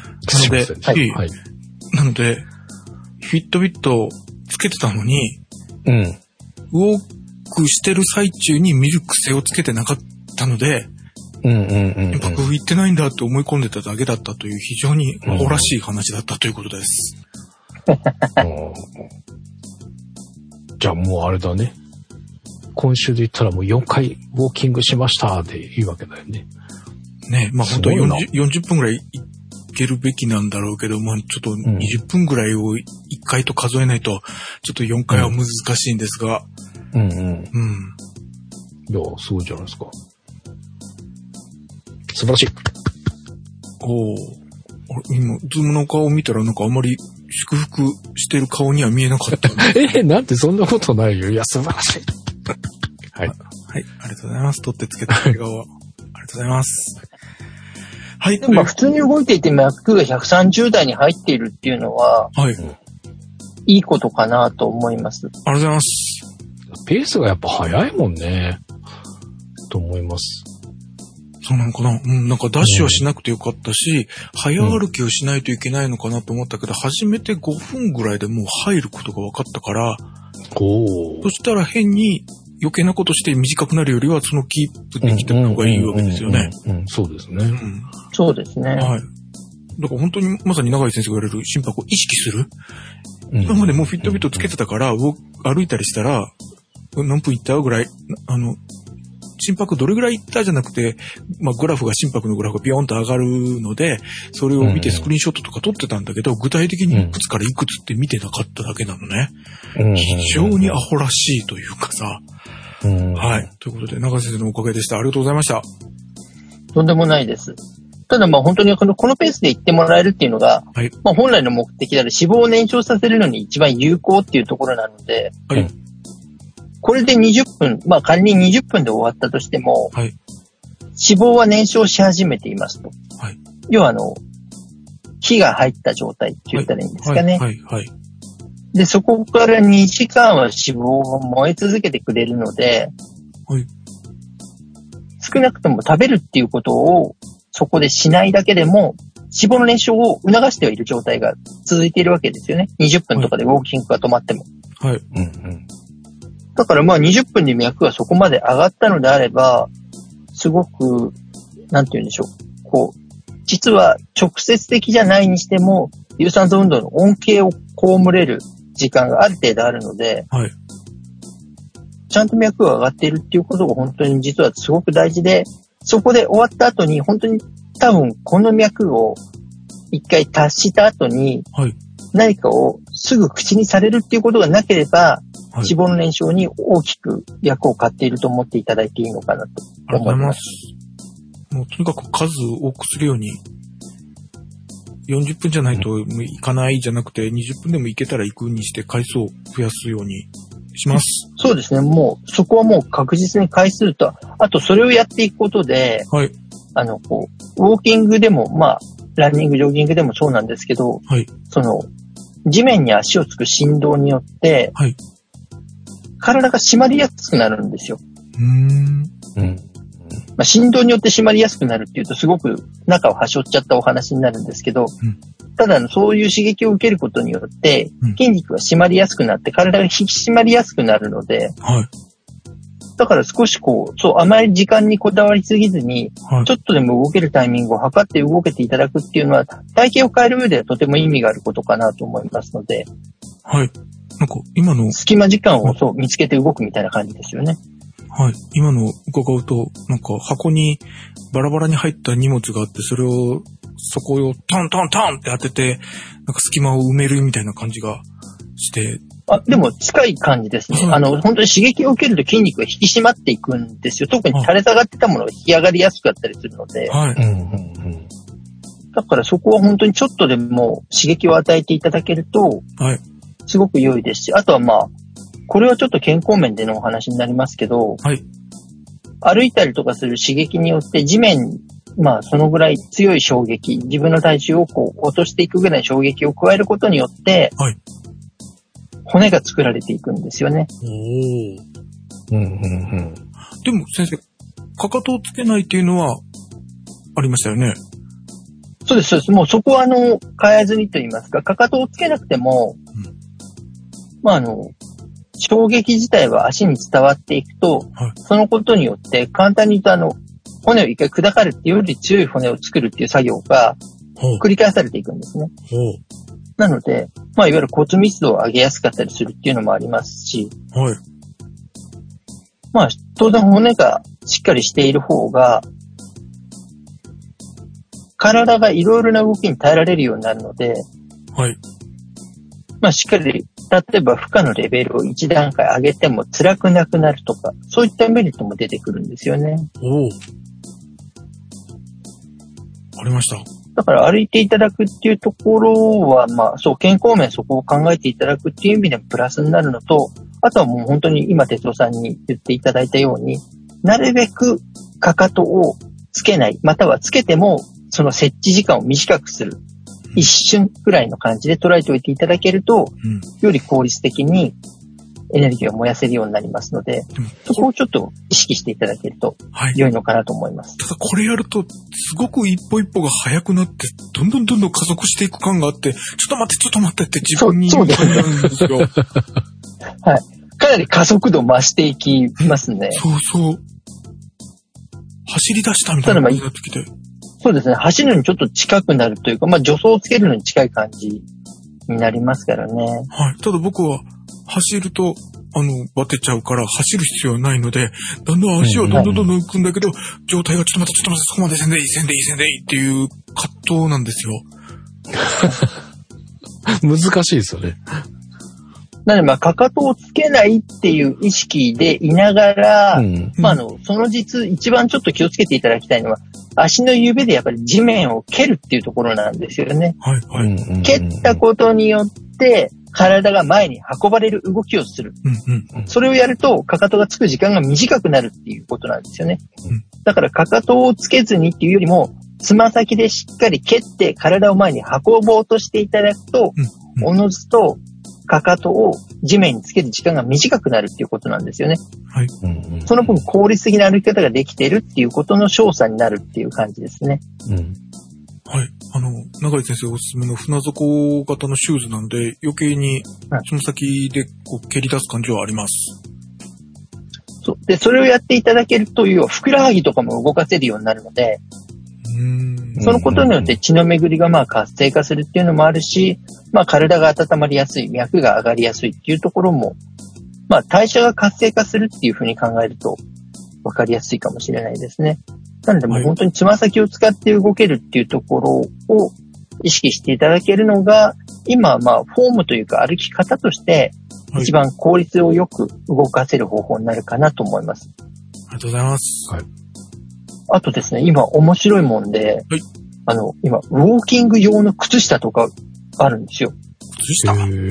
なので、フィットビットをつけてたのに、ウォークしてる最中に見る癖をつけてなかったので、僕行ってないんだって思い込んでただけだったという非常にアホらしい話だったということです。 じゃあもうあれだね。今週で言ったらもう4回ウォーキングしましたって言うわけだよね。 ね、本当は40分ぐらいいけるべきなんだろうけど、ちょっと20分ぐらいを1回と数えないと、ちょっと4回は難しいんですが。 いや、すごいじゃないですか。素晴らしい。 今、ズームの顔を見たらなんかあんまり祝福してる顔には見えなかった。 なんてそんなことないよ。いや、素晴らしい。はい。 はい、ありがとうございます。取ってつけた笑顔は。ありがとうございます。はい。 でも普通に動いていて脈が130台に入っているっていうのは、 いいことかなと思います。 ありがとうございます。 ペースがやっぱ早いもんね。と思います。 そうなのかな。なんかダッシュはしなくてよかったし、早歩きをしないといけないのかなと思ったけど、始めて5分ぐらいでもう入ることが分かったから、そしたら変に余計なことして短くなるよりはそのキープできた方がいいわけですよね。 そうですね。 そうですね。 はい。だから本当にまさに永井先生が言われる心拍を意識する。今までもうフィットビットつけてたから、歩いたりしたら、何分いったぐらい、心拍どれぐらいいったじゃなくて、グラフが心拍のグラフがビヨーンと上がるので、それを見てスクリーンショットとか撮ってたんだけど、具体的にいくつからいくつって見てなかっただけなのね。非常にアホらしいというかさ。はい。ということで、永井先生のおかげでした。ありがとうございました。 とんでもないです。ただ本当にこのペースで行ってもらえるっていうのが、はい、本来の目的である脂肪を燃焼させるのに一番有効っていうところなので、はい、これで20分、仮に20分で終わったとしても、はい、脂肪は燃焼し始めていますと。はい、要は火が入った状態って言ったらいいんですかね。で、そこから2時間は脂肪が燃え続けてくれるので、はい、少なくとも食べるっていうことをそこでしないだけでも、脂肪の燃焼を促してはいる状態が続いているわけですよね。20分とかでウォーキングが止まっても。はい。だから20分で脈がそこまで上がったのであれば、すごく、なんて言うんでしょう。実は直接的じゃないにしても、有酸素運動の恩恵を被れる時間がある程度あるので、はい。ちゃんと脈が上がっているっていうことが本当に実はすごく大事で、そこで終わった後に本当に多分この脈を一回達した後に何かをすぐ口にされるっていうことがなければ、脂肪の燃焼に大きく役を買っていると思っていただいていいのかなと思います。 もうとにかく数を多くするように、40分じゃないといかないじゃなくて20分でもいけたら行くにして回数を増やすようにします。 そうですね。もう、そこはもう確実に回数と、あとそれをやっていくことで、はい。ウォーキングでも、ランニング、ジョギングでもそうなんですけど、はい。地面に足をつく振動によって、はい。体が締まりやすくなるんですよ。振動によって締まりやすくなるっていうと、すごく中を端折っちゃったお話になるんですけど、ただそういう刺激を受けることによって、筋肉が締まりやすくなって、体が引き締まりやすくなるので、はい、だから少しあまり時間にこだわりすぎずに、はい、ちょっとでも動けるタイミングを測って動けていただくっていうのは、体型を変える上ではとても意味があることかなと思いますので、 はい。なんか今の隙間時間を見つけて動くみたいな感じですよね。 はい。今の伺うと、なんか箱にバラバラに入った荷物があって、それを、そこをトントントンって当てて、なんか隙間を埋めるみたいな感じがして。 でも近い感じですね。本当に刺激を受けると筋肉が引き締まっていくんですよ。特に垂れ下がってたものが引き上がりやすかったりするので。はい。だからそこは本当にちょっとでも刺激を与えていただけると、はい。すごく良いですし、あとはこれはちょっと健康面でのお話になりますけど、はい。歩いたりとかする刺激によって地面、そのぐらい強い衝撃、自分の体重を落としていくぐらいの衝撃を加えることによって、はい。骨が作られていくんですよね。 でも先生、かかとをつけないっていうのはありましたよね。 そうです、そうです。もうそこは変えずにと言いますか、かかとをつけなくても、衝撃自体は足に伝わっていくと、はい、そのことによって簡単に言うと骨を一回砕かれるっていうより強い骨を作るっていう作業が繰り返されていくんですね。なので、いわゆる骨密度を上げやすかったりするっていうのもありますし、はい、当然骨がしっかりしている方が、体がいろいろな動きに耐えられるようになるので、はい、しっかり、例えば負荷のレベルを1段階上げても辛くなくなるとか、そういったメリットも出てくるんですよね。 ありました。 だから歩いていただくっていうところは、健康面そこを考えていただくっていう意味でもプラスになるのと、あとはもう本当に今哲夫さんに言っていただいたように、なるべくかかとをつけない、またはつけてもその設置時間を短くする。 一瞬くらいの感じで捉えておいていただけると、より効率的にエネルギーを燃やせるようになりますので、そこをちょっと意識していただけると良いのかなと思います。 ただこれやると、すごく一歩一歩が速くなって、どんどん加速していく感があって、ちょっと待ってって自分に言う感じなんですよ。はい。 かなり加速度増していきますね。 そう。走り出したみたいな感じになってきて。 そうですね。走るのにちょっと近くなるというか、助走をつけるのに近い感じになりますからね。はい。 ただ僕は走ると、バテちゃうから走る必要はないので、だんだん足をどんどん行くんだけど、状態がちょっと待って、そこまでせんでいいっていう葛藤なんですよ。 難しいですよね。 なので、かかとをつけないっていう意識でいながら、その実、一番ちょっと気をつけていただきたいのは、足の指でやっぱり地面を蹴るっていうところなんですよね。蹴ったことによって、体が前に運ばれる動きをする。それをやると、かかとがつく時間が短くなるっていうことなんですよね。だから、かかとをつけずにっていうよりも、つま先でしっかり蹴って体を前に運ぼうとしていただくと、おのずと、かかとを地面につける時間が短くなるっていうことなんですよね。その分効率的な歩き方ができているっていうことの証左になるっていう感じですね。 はい。永井先生おすすめの船底型のシューズなんで、余計にその先でこう蹴り出す感じはあります。 で、それをやっていただけるという、ふくらはぎとかも動かせるようになるので、そのことによって血の巡りが活性化するっていうのもあるし、体が温まりやすい、脈が上がりやすいっていうところも、代謝が活性化するっていうふうに考えると分かりやすいかもしれないですね。なのでもう本当につま先を使って動けるっていうところを意識していただけるのが、今フォームというか歩き方として一番効率をよく動かせる方法になるかなと思います。 ありがとうございます。 あとですね、今面白いもんで、今、ウォーキング用の靴下とかあるんですよ。 靴下？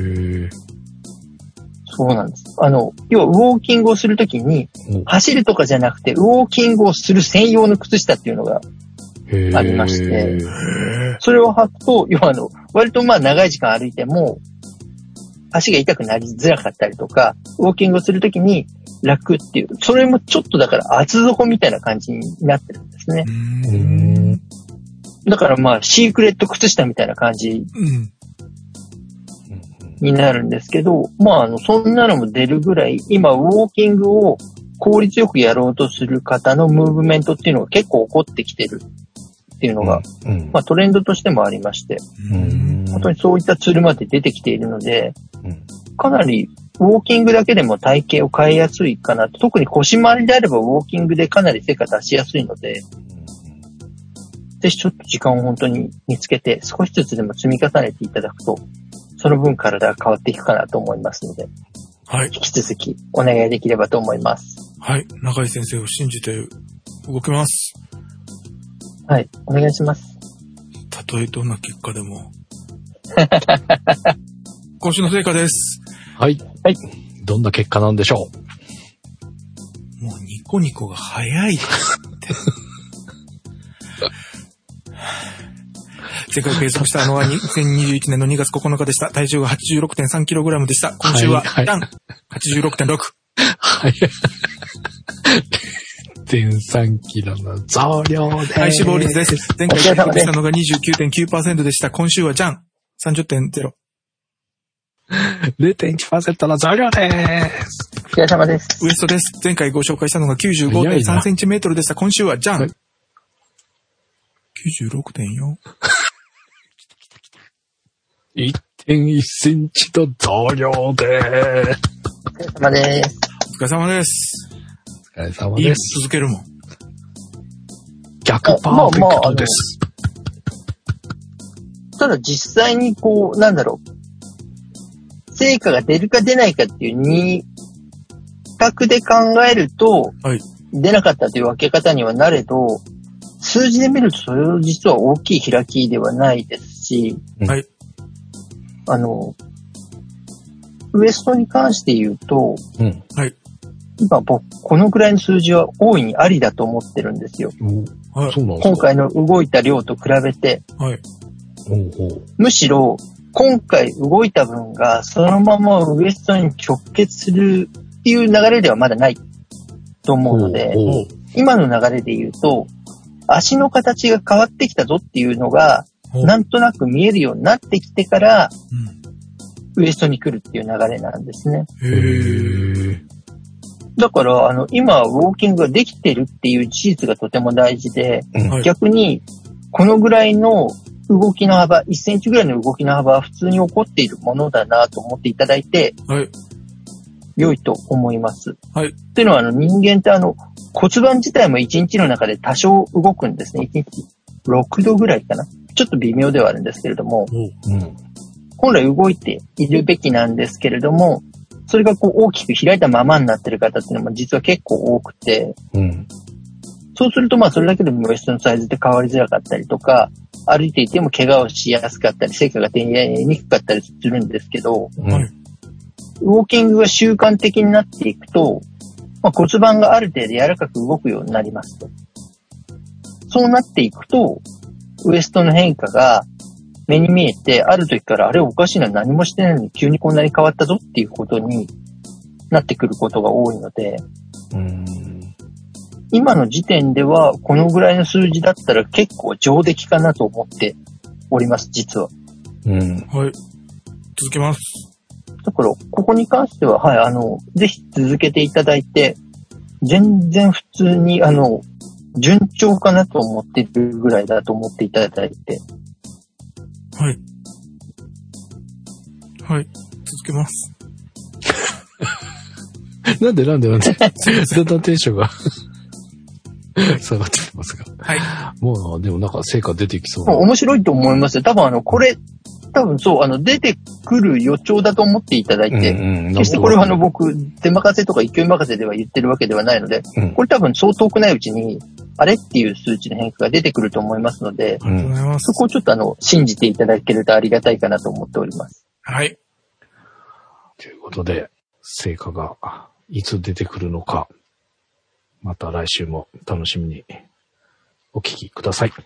そうなんです。要はウォーキングをするときに、走るとかじゃなくて、ウォーキングをする専用の靴下っていうのがありまして、それを履くと、要は割と長い時間歩いても、足が痛くなりづらかったりとか、ウォーキングをするときに楽っていう、それもちょっとだから厚底みたいな感じになってるんですね。だからシークレット靴下みたいな感じになるんですけど、そんなのも出るぐらい、今ウォーキングを効率よくやろうとする方のムーブメントっていうのが結構起こってきてるっていうのが、トレンドとしてもありまして、本当にそういったツールまで出てきているので、かなりウォーキングだけでも体型を変えやすいかなと。特に腰回りであればウォーキングでかなり成果出しやすいので、ぜひちょっと時間を本当に見つけて少しずつでも積み重ねていただくと、その分体が変わっていくかなと思いますので、引き続きお願いできればと思います。 はい。中井先生を信じて動きます。 はい。お願いします。 たとえどんな結果でも。今週の成果です。 はい。どんな結果なんでしょう。もうニコニコが早いって。前回計測したのは2021年の2月9日でした。体重が 86.3kg でした。今週は、86.6。 はい。0.3 キロの増量です。 体脂肪率です。前回計測したのが 29.9% でした。今週は30.0。 0.1% の増量です。 お疲れ様です。 ウエストです。前回ご紹介したのが 95.3cm でした。今週は96.4。 1.1 センチの増量でーす。 お疲れ様です。 お疲れ様です。 お疲れ様です。 続けるもん。 逆パーフェクトです。 ただ実際に成果が出るか出ないかっていう二択で考えると、出なかったという分け方にはなれど、数字で見るとそれは実は大きい開きではないですし、ウエストに関して言うと、今僕このくらいの数字は大いにありだと思ってるんですよ。今回の動いた量と比べて、 むしろ、今回動いた分がそのままウエストに直結するっていう流れではまだないと思うので、今の流れで言うと、足の形が変わってきたぞっていうのが、なんとなく見えるようになってきてから、ウエストに来るっていう流れなんですね。だから、今、ウォーキングができてるっていう事実がとても大事で、逆に、このぐらいの動きの幅、1センチぐらいの動きの幅は普通に起こっているものだなと思っていただいて、良いと思います。っていうのは、人間って骨盤自体も1日の中で多少動くんですね。1日6度ぐらいかな。ちょっと微妙ではあるんですけれども、本来動いているべきなんですけれども、それが大きく開いたままになってる方っていうのも実は結構多くて、そうするとそれだけでもウエストのサイズって変わりづらかったりとか、歩いていても怪我をしやすかったり、成果が手に入れにくかったりするんですけど、ウォーキングが習慣的になっていくと、骨盤がある程度柔らかく動くようになりますと。そうなっていくと、ウエストの変化が目に見えて、ある時からあれおかしいな、何もしてないのに急にこんなに変わったぞっていうことになってくることが多いので、今の時点ではこのぐらいの数字だったら結構上出来かなと思っております、実は。 続けます。 だから、ここに関しては、ぜひ続けていただいて、全然普通に、順調かなと思っているぐらいだと思っていただいて。続けます。 なんでだんだんテンションが下がってますが。もう、でもなんか成果出てきそうな。 面白いと思いますよ。多分これ、出てくる予兆だと思っていただいて、決してこれは僕、手任せとか勢い任せでは言ってるわけではないので、これ多分そう遠くないうちに、あれっていう数値の変化が出てくると思いますので、そこをちょっと信じていただけるとありがたいかなと思っております。 ということで、成果がいつ出てくるのか、また来週も楽しみにお聞きください。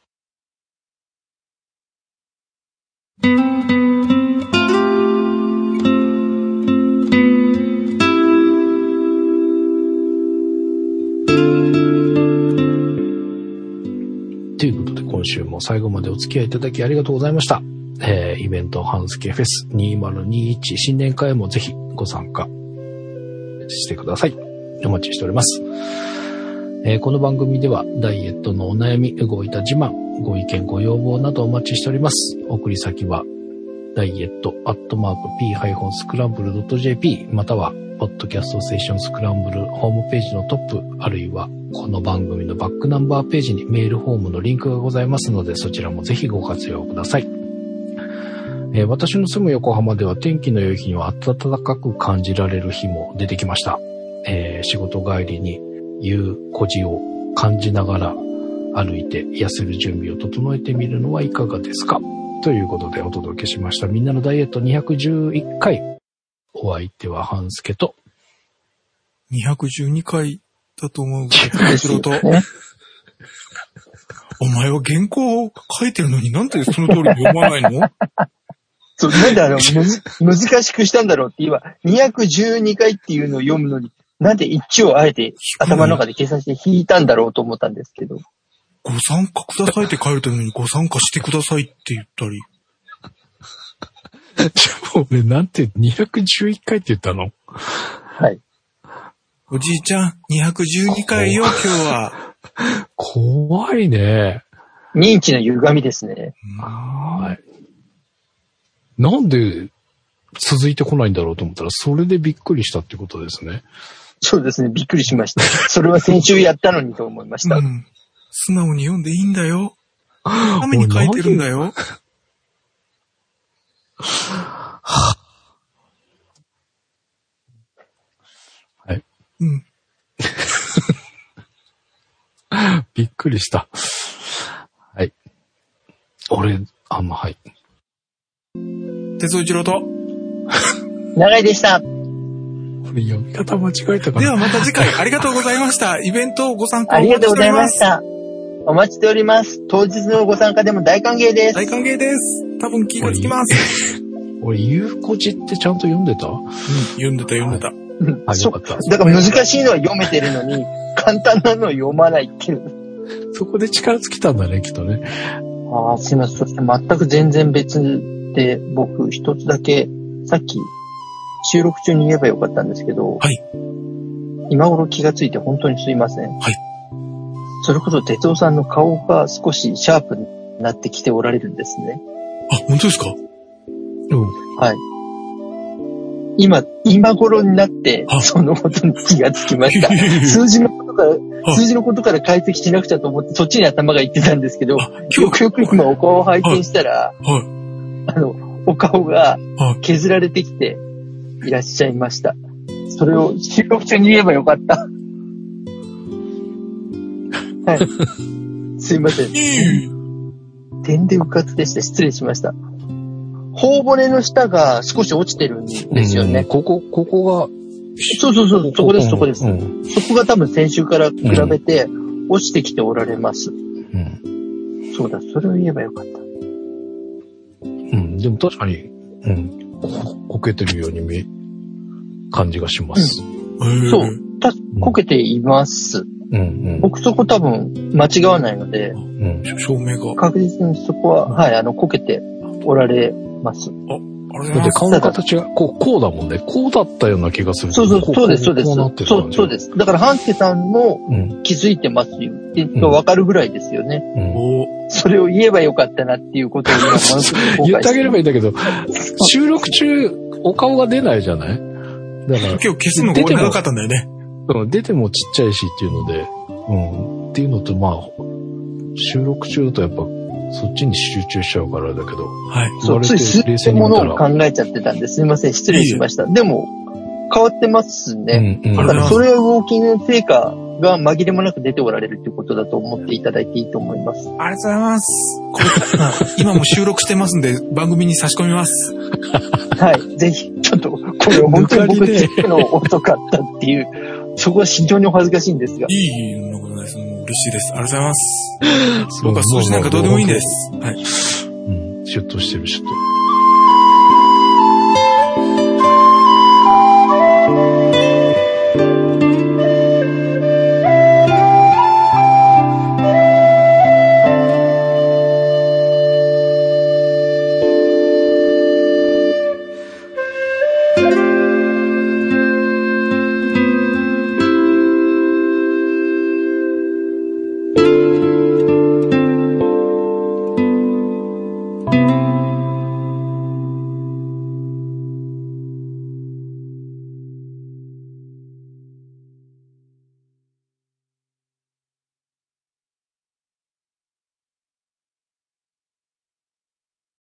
ということで今週も最後までお付き合いいただきありがとうございました。イベントハンスケフェス2021新年会もぜひご参加してください。お待ちしております。この番組ではダイエットのお悩み、動いた自慢、ご意見ご要望などお待ちしております。送り先はダイエット@p-scramble.jp またはポッドキャストステーションスクランブルホームページのトップあるいはこの番組のバックナンバーページにメールフォームのリンクがございますのでそちらもぜひご活用ください。私の住む横浜では天気の良い日には暖かく感じられる日も出てきました。仕事帰りに夕5時を感じながら歩いて痩せる準備を整えてみるのはいかがですかということでお届けしました。みんなのダイエット211回。お相手は半助と 212回だと思うけど、お前は原稿を書いてるのになんでその通りに読まないのなんで難しくしたんだろうって今、212回っていうのを読むのに、なんで一応あえて頭の中で計算して引いたんだろうと思ったんですけど。 ご参加くださいって書いてるのにご参加してくださいって言ったり。 俺なんて211回って言ったの？ おじいちゃん、212回よ、今日は。 怖いね。 認知の歪みですね。 なんで続いてこないんだろうと思ったら、それでびっくりしたってことですね。 そうですね、びっくりしました。それは先週やったのにと思いました。 素直に読んでいいんだよ。ために書いてるんだよ。 はい。びっくりした。はい。はい。 鉄尾一郎と長井でした。 俺読み方間違えたかな。 ではまた次回ありがとうございました。イベントをご参加ありがとうございました。 お待ちしております。当日のご参加でも大歓迎です。 大歓迎です。多分気がつきます。 俺、ゆうこじってちゃんと読んでた？ 読んでた。 あ、よかった。 だから難しいのは読めてるのに、簡単なのを読まないっていう。 そこで力尽きたんだね、きっとね。 ああ、すいません。そして全く全然別で、僕一つだけ、さっき収録中に言えばよかったんですけど、 はい。 今頃気がついて本当にすいません。 はい。 それこそ哲夫さんの顔が少しシャープになってきておられるんですね。 あ、本当ですか？ うん。 はい。今頃になって、そのことに気がつきました。数字のことから解析しなくちゃと思って、そっちに頭がいってたんですけど、よくよく今お顔を拝見したら、お顔が削られてきていらっしゃいました。それを収録中に言えばよかった。はい。すいません。点でうかつでした。失礼しました。頬骨の下が少し落ちてるんですよね。 ここが。 そう、そこです。そこが多分先週から比べて落ちてきておられます。そうだ、それを言えばよかった。 でも確かに、こけてるように感じがします。 そう、こけています。僕そこ多分間違わないので、 照明が。 確実にそこは、はい、こけておられます。 だって顔の形がこうだもんね。こうだったような気がする。 そうです。そうです。だから半助さんも気づいてますよってわかるぐらいですよね。それを言えばよかったなっていうことを言ってあげればいいんだけど、収録中お顔が出ないじゃない？ だから今日消すのが長かったんだよね。 出てもちっちゃいしっていうので、っていうのと、まあ、収録中だとやっぱそっちに集中しちゃうからだけど。はい。 そう、つい冷静にものを考えちゃってたんです。すみません、失礼しました。でも、変わってますね。だからそれはウォーキングの成果が紛れもなく出ておられるということだと思っていただいていいと思います。 ありがとうございます。これ今も収録してますんで、番組に差し込みます。 はい。ぜひ、ちょっと、これ本当に僕チェックの遅かったっていう、そこは非常にお恥ずかしいんですが。 いいのことないです。嬉しいです。ありがとうございます。僕は数字なんかどうでもいいんです。はい。 シュッとしてる、シュッと。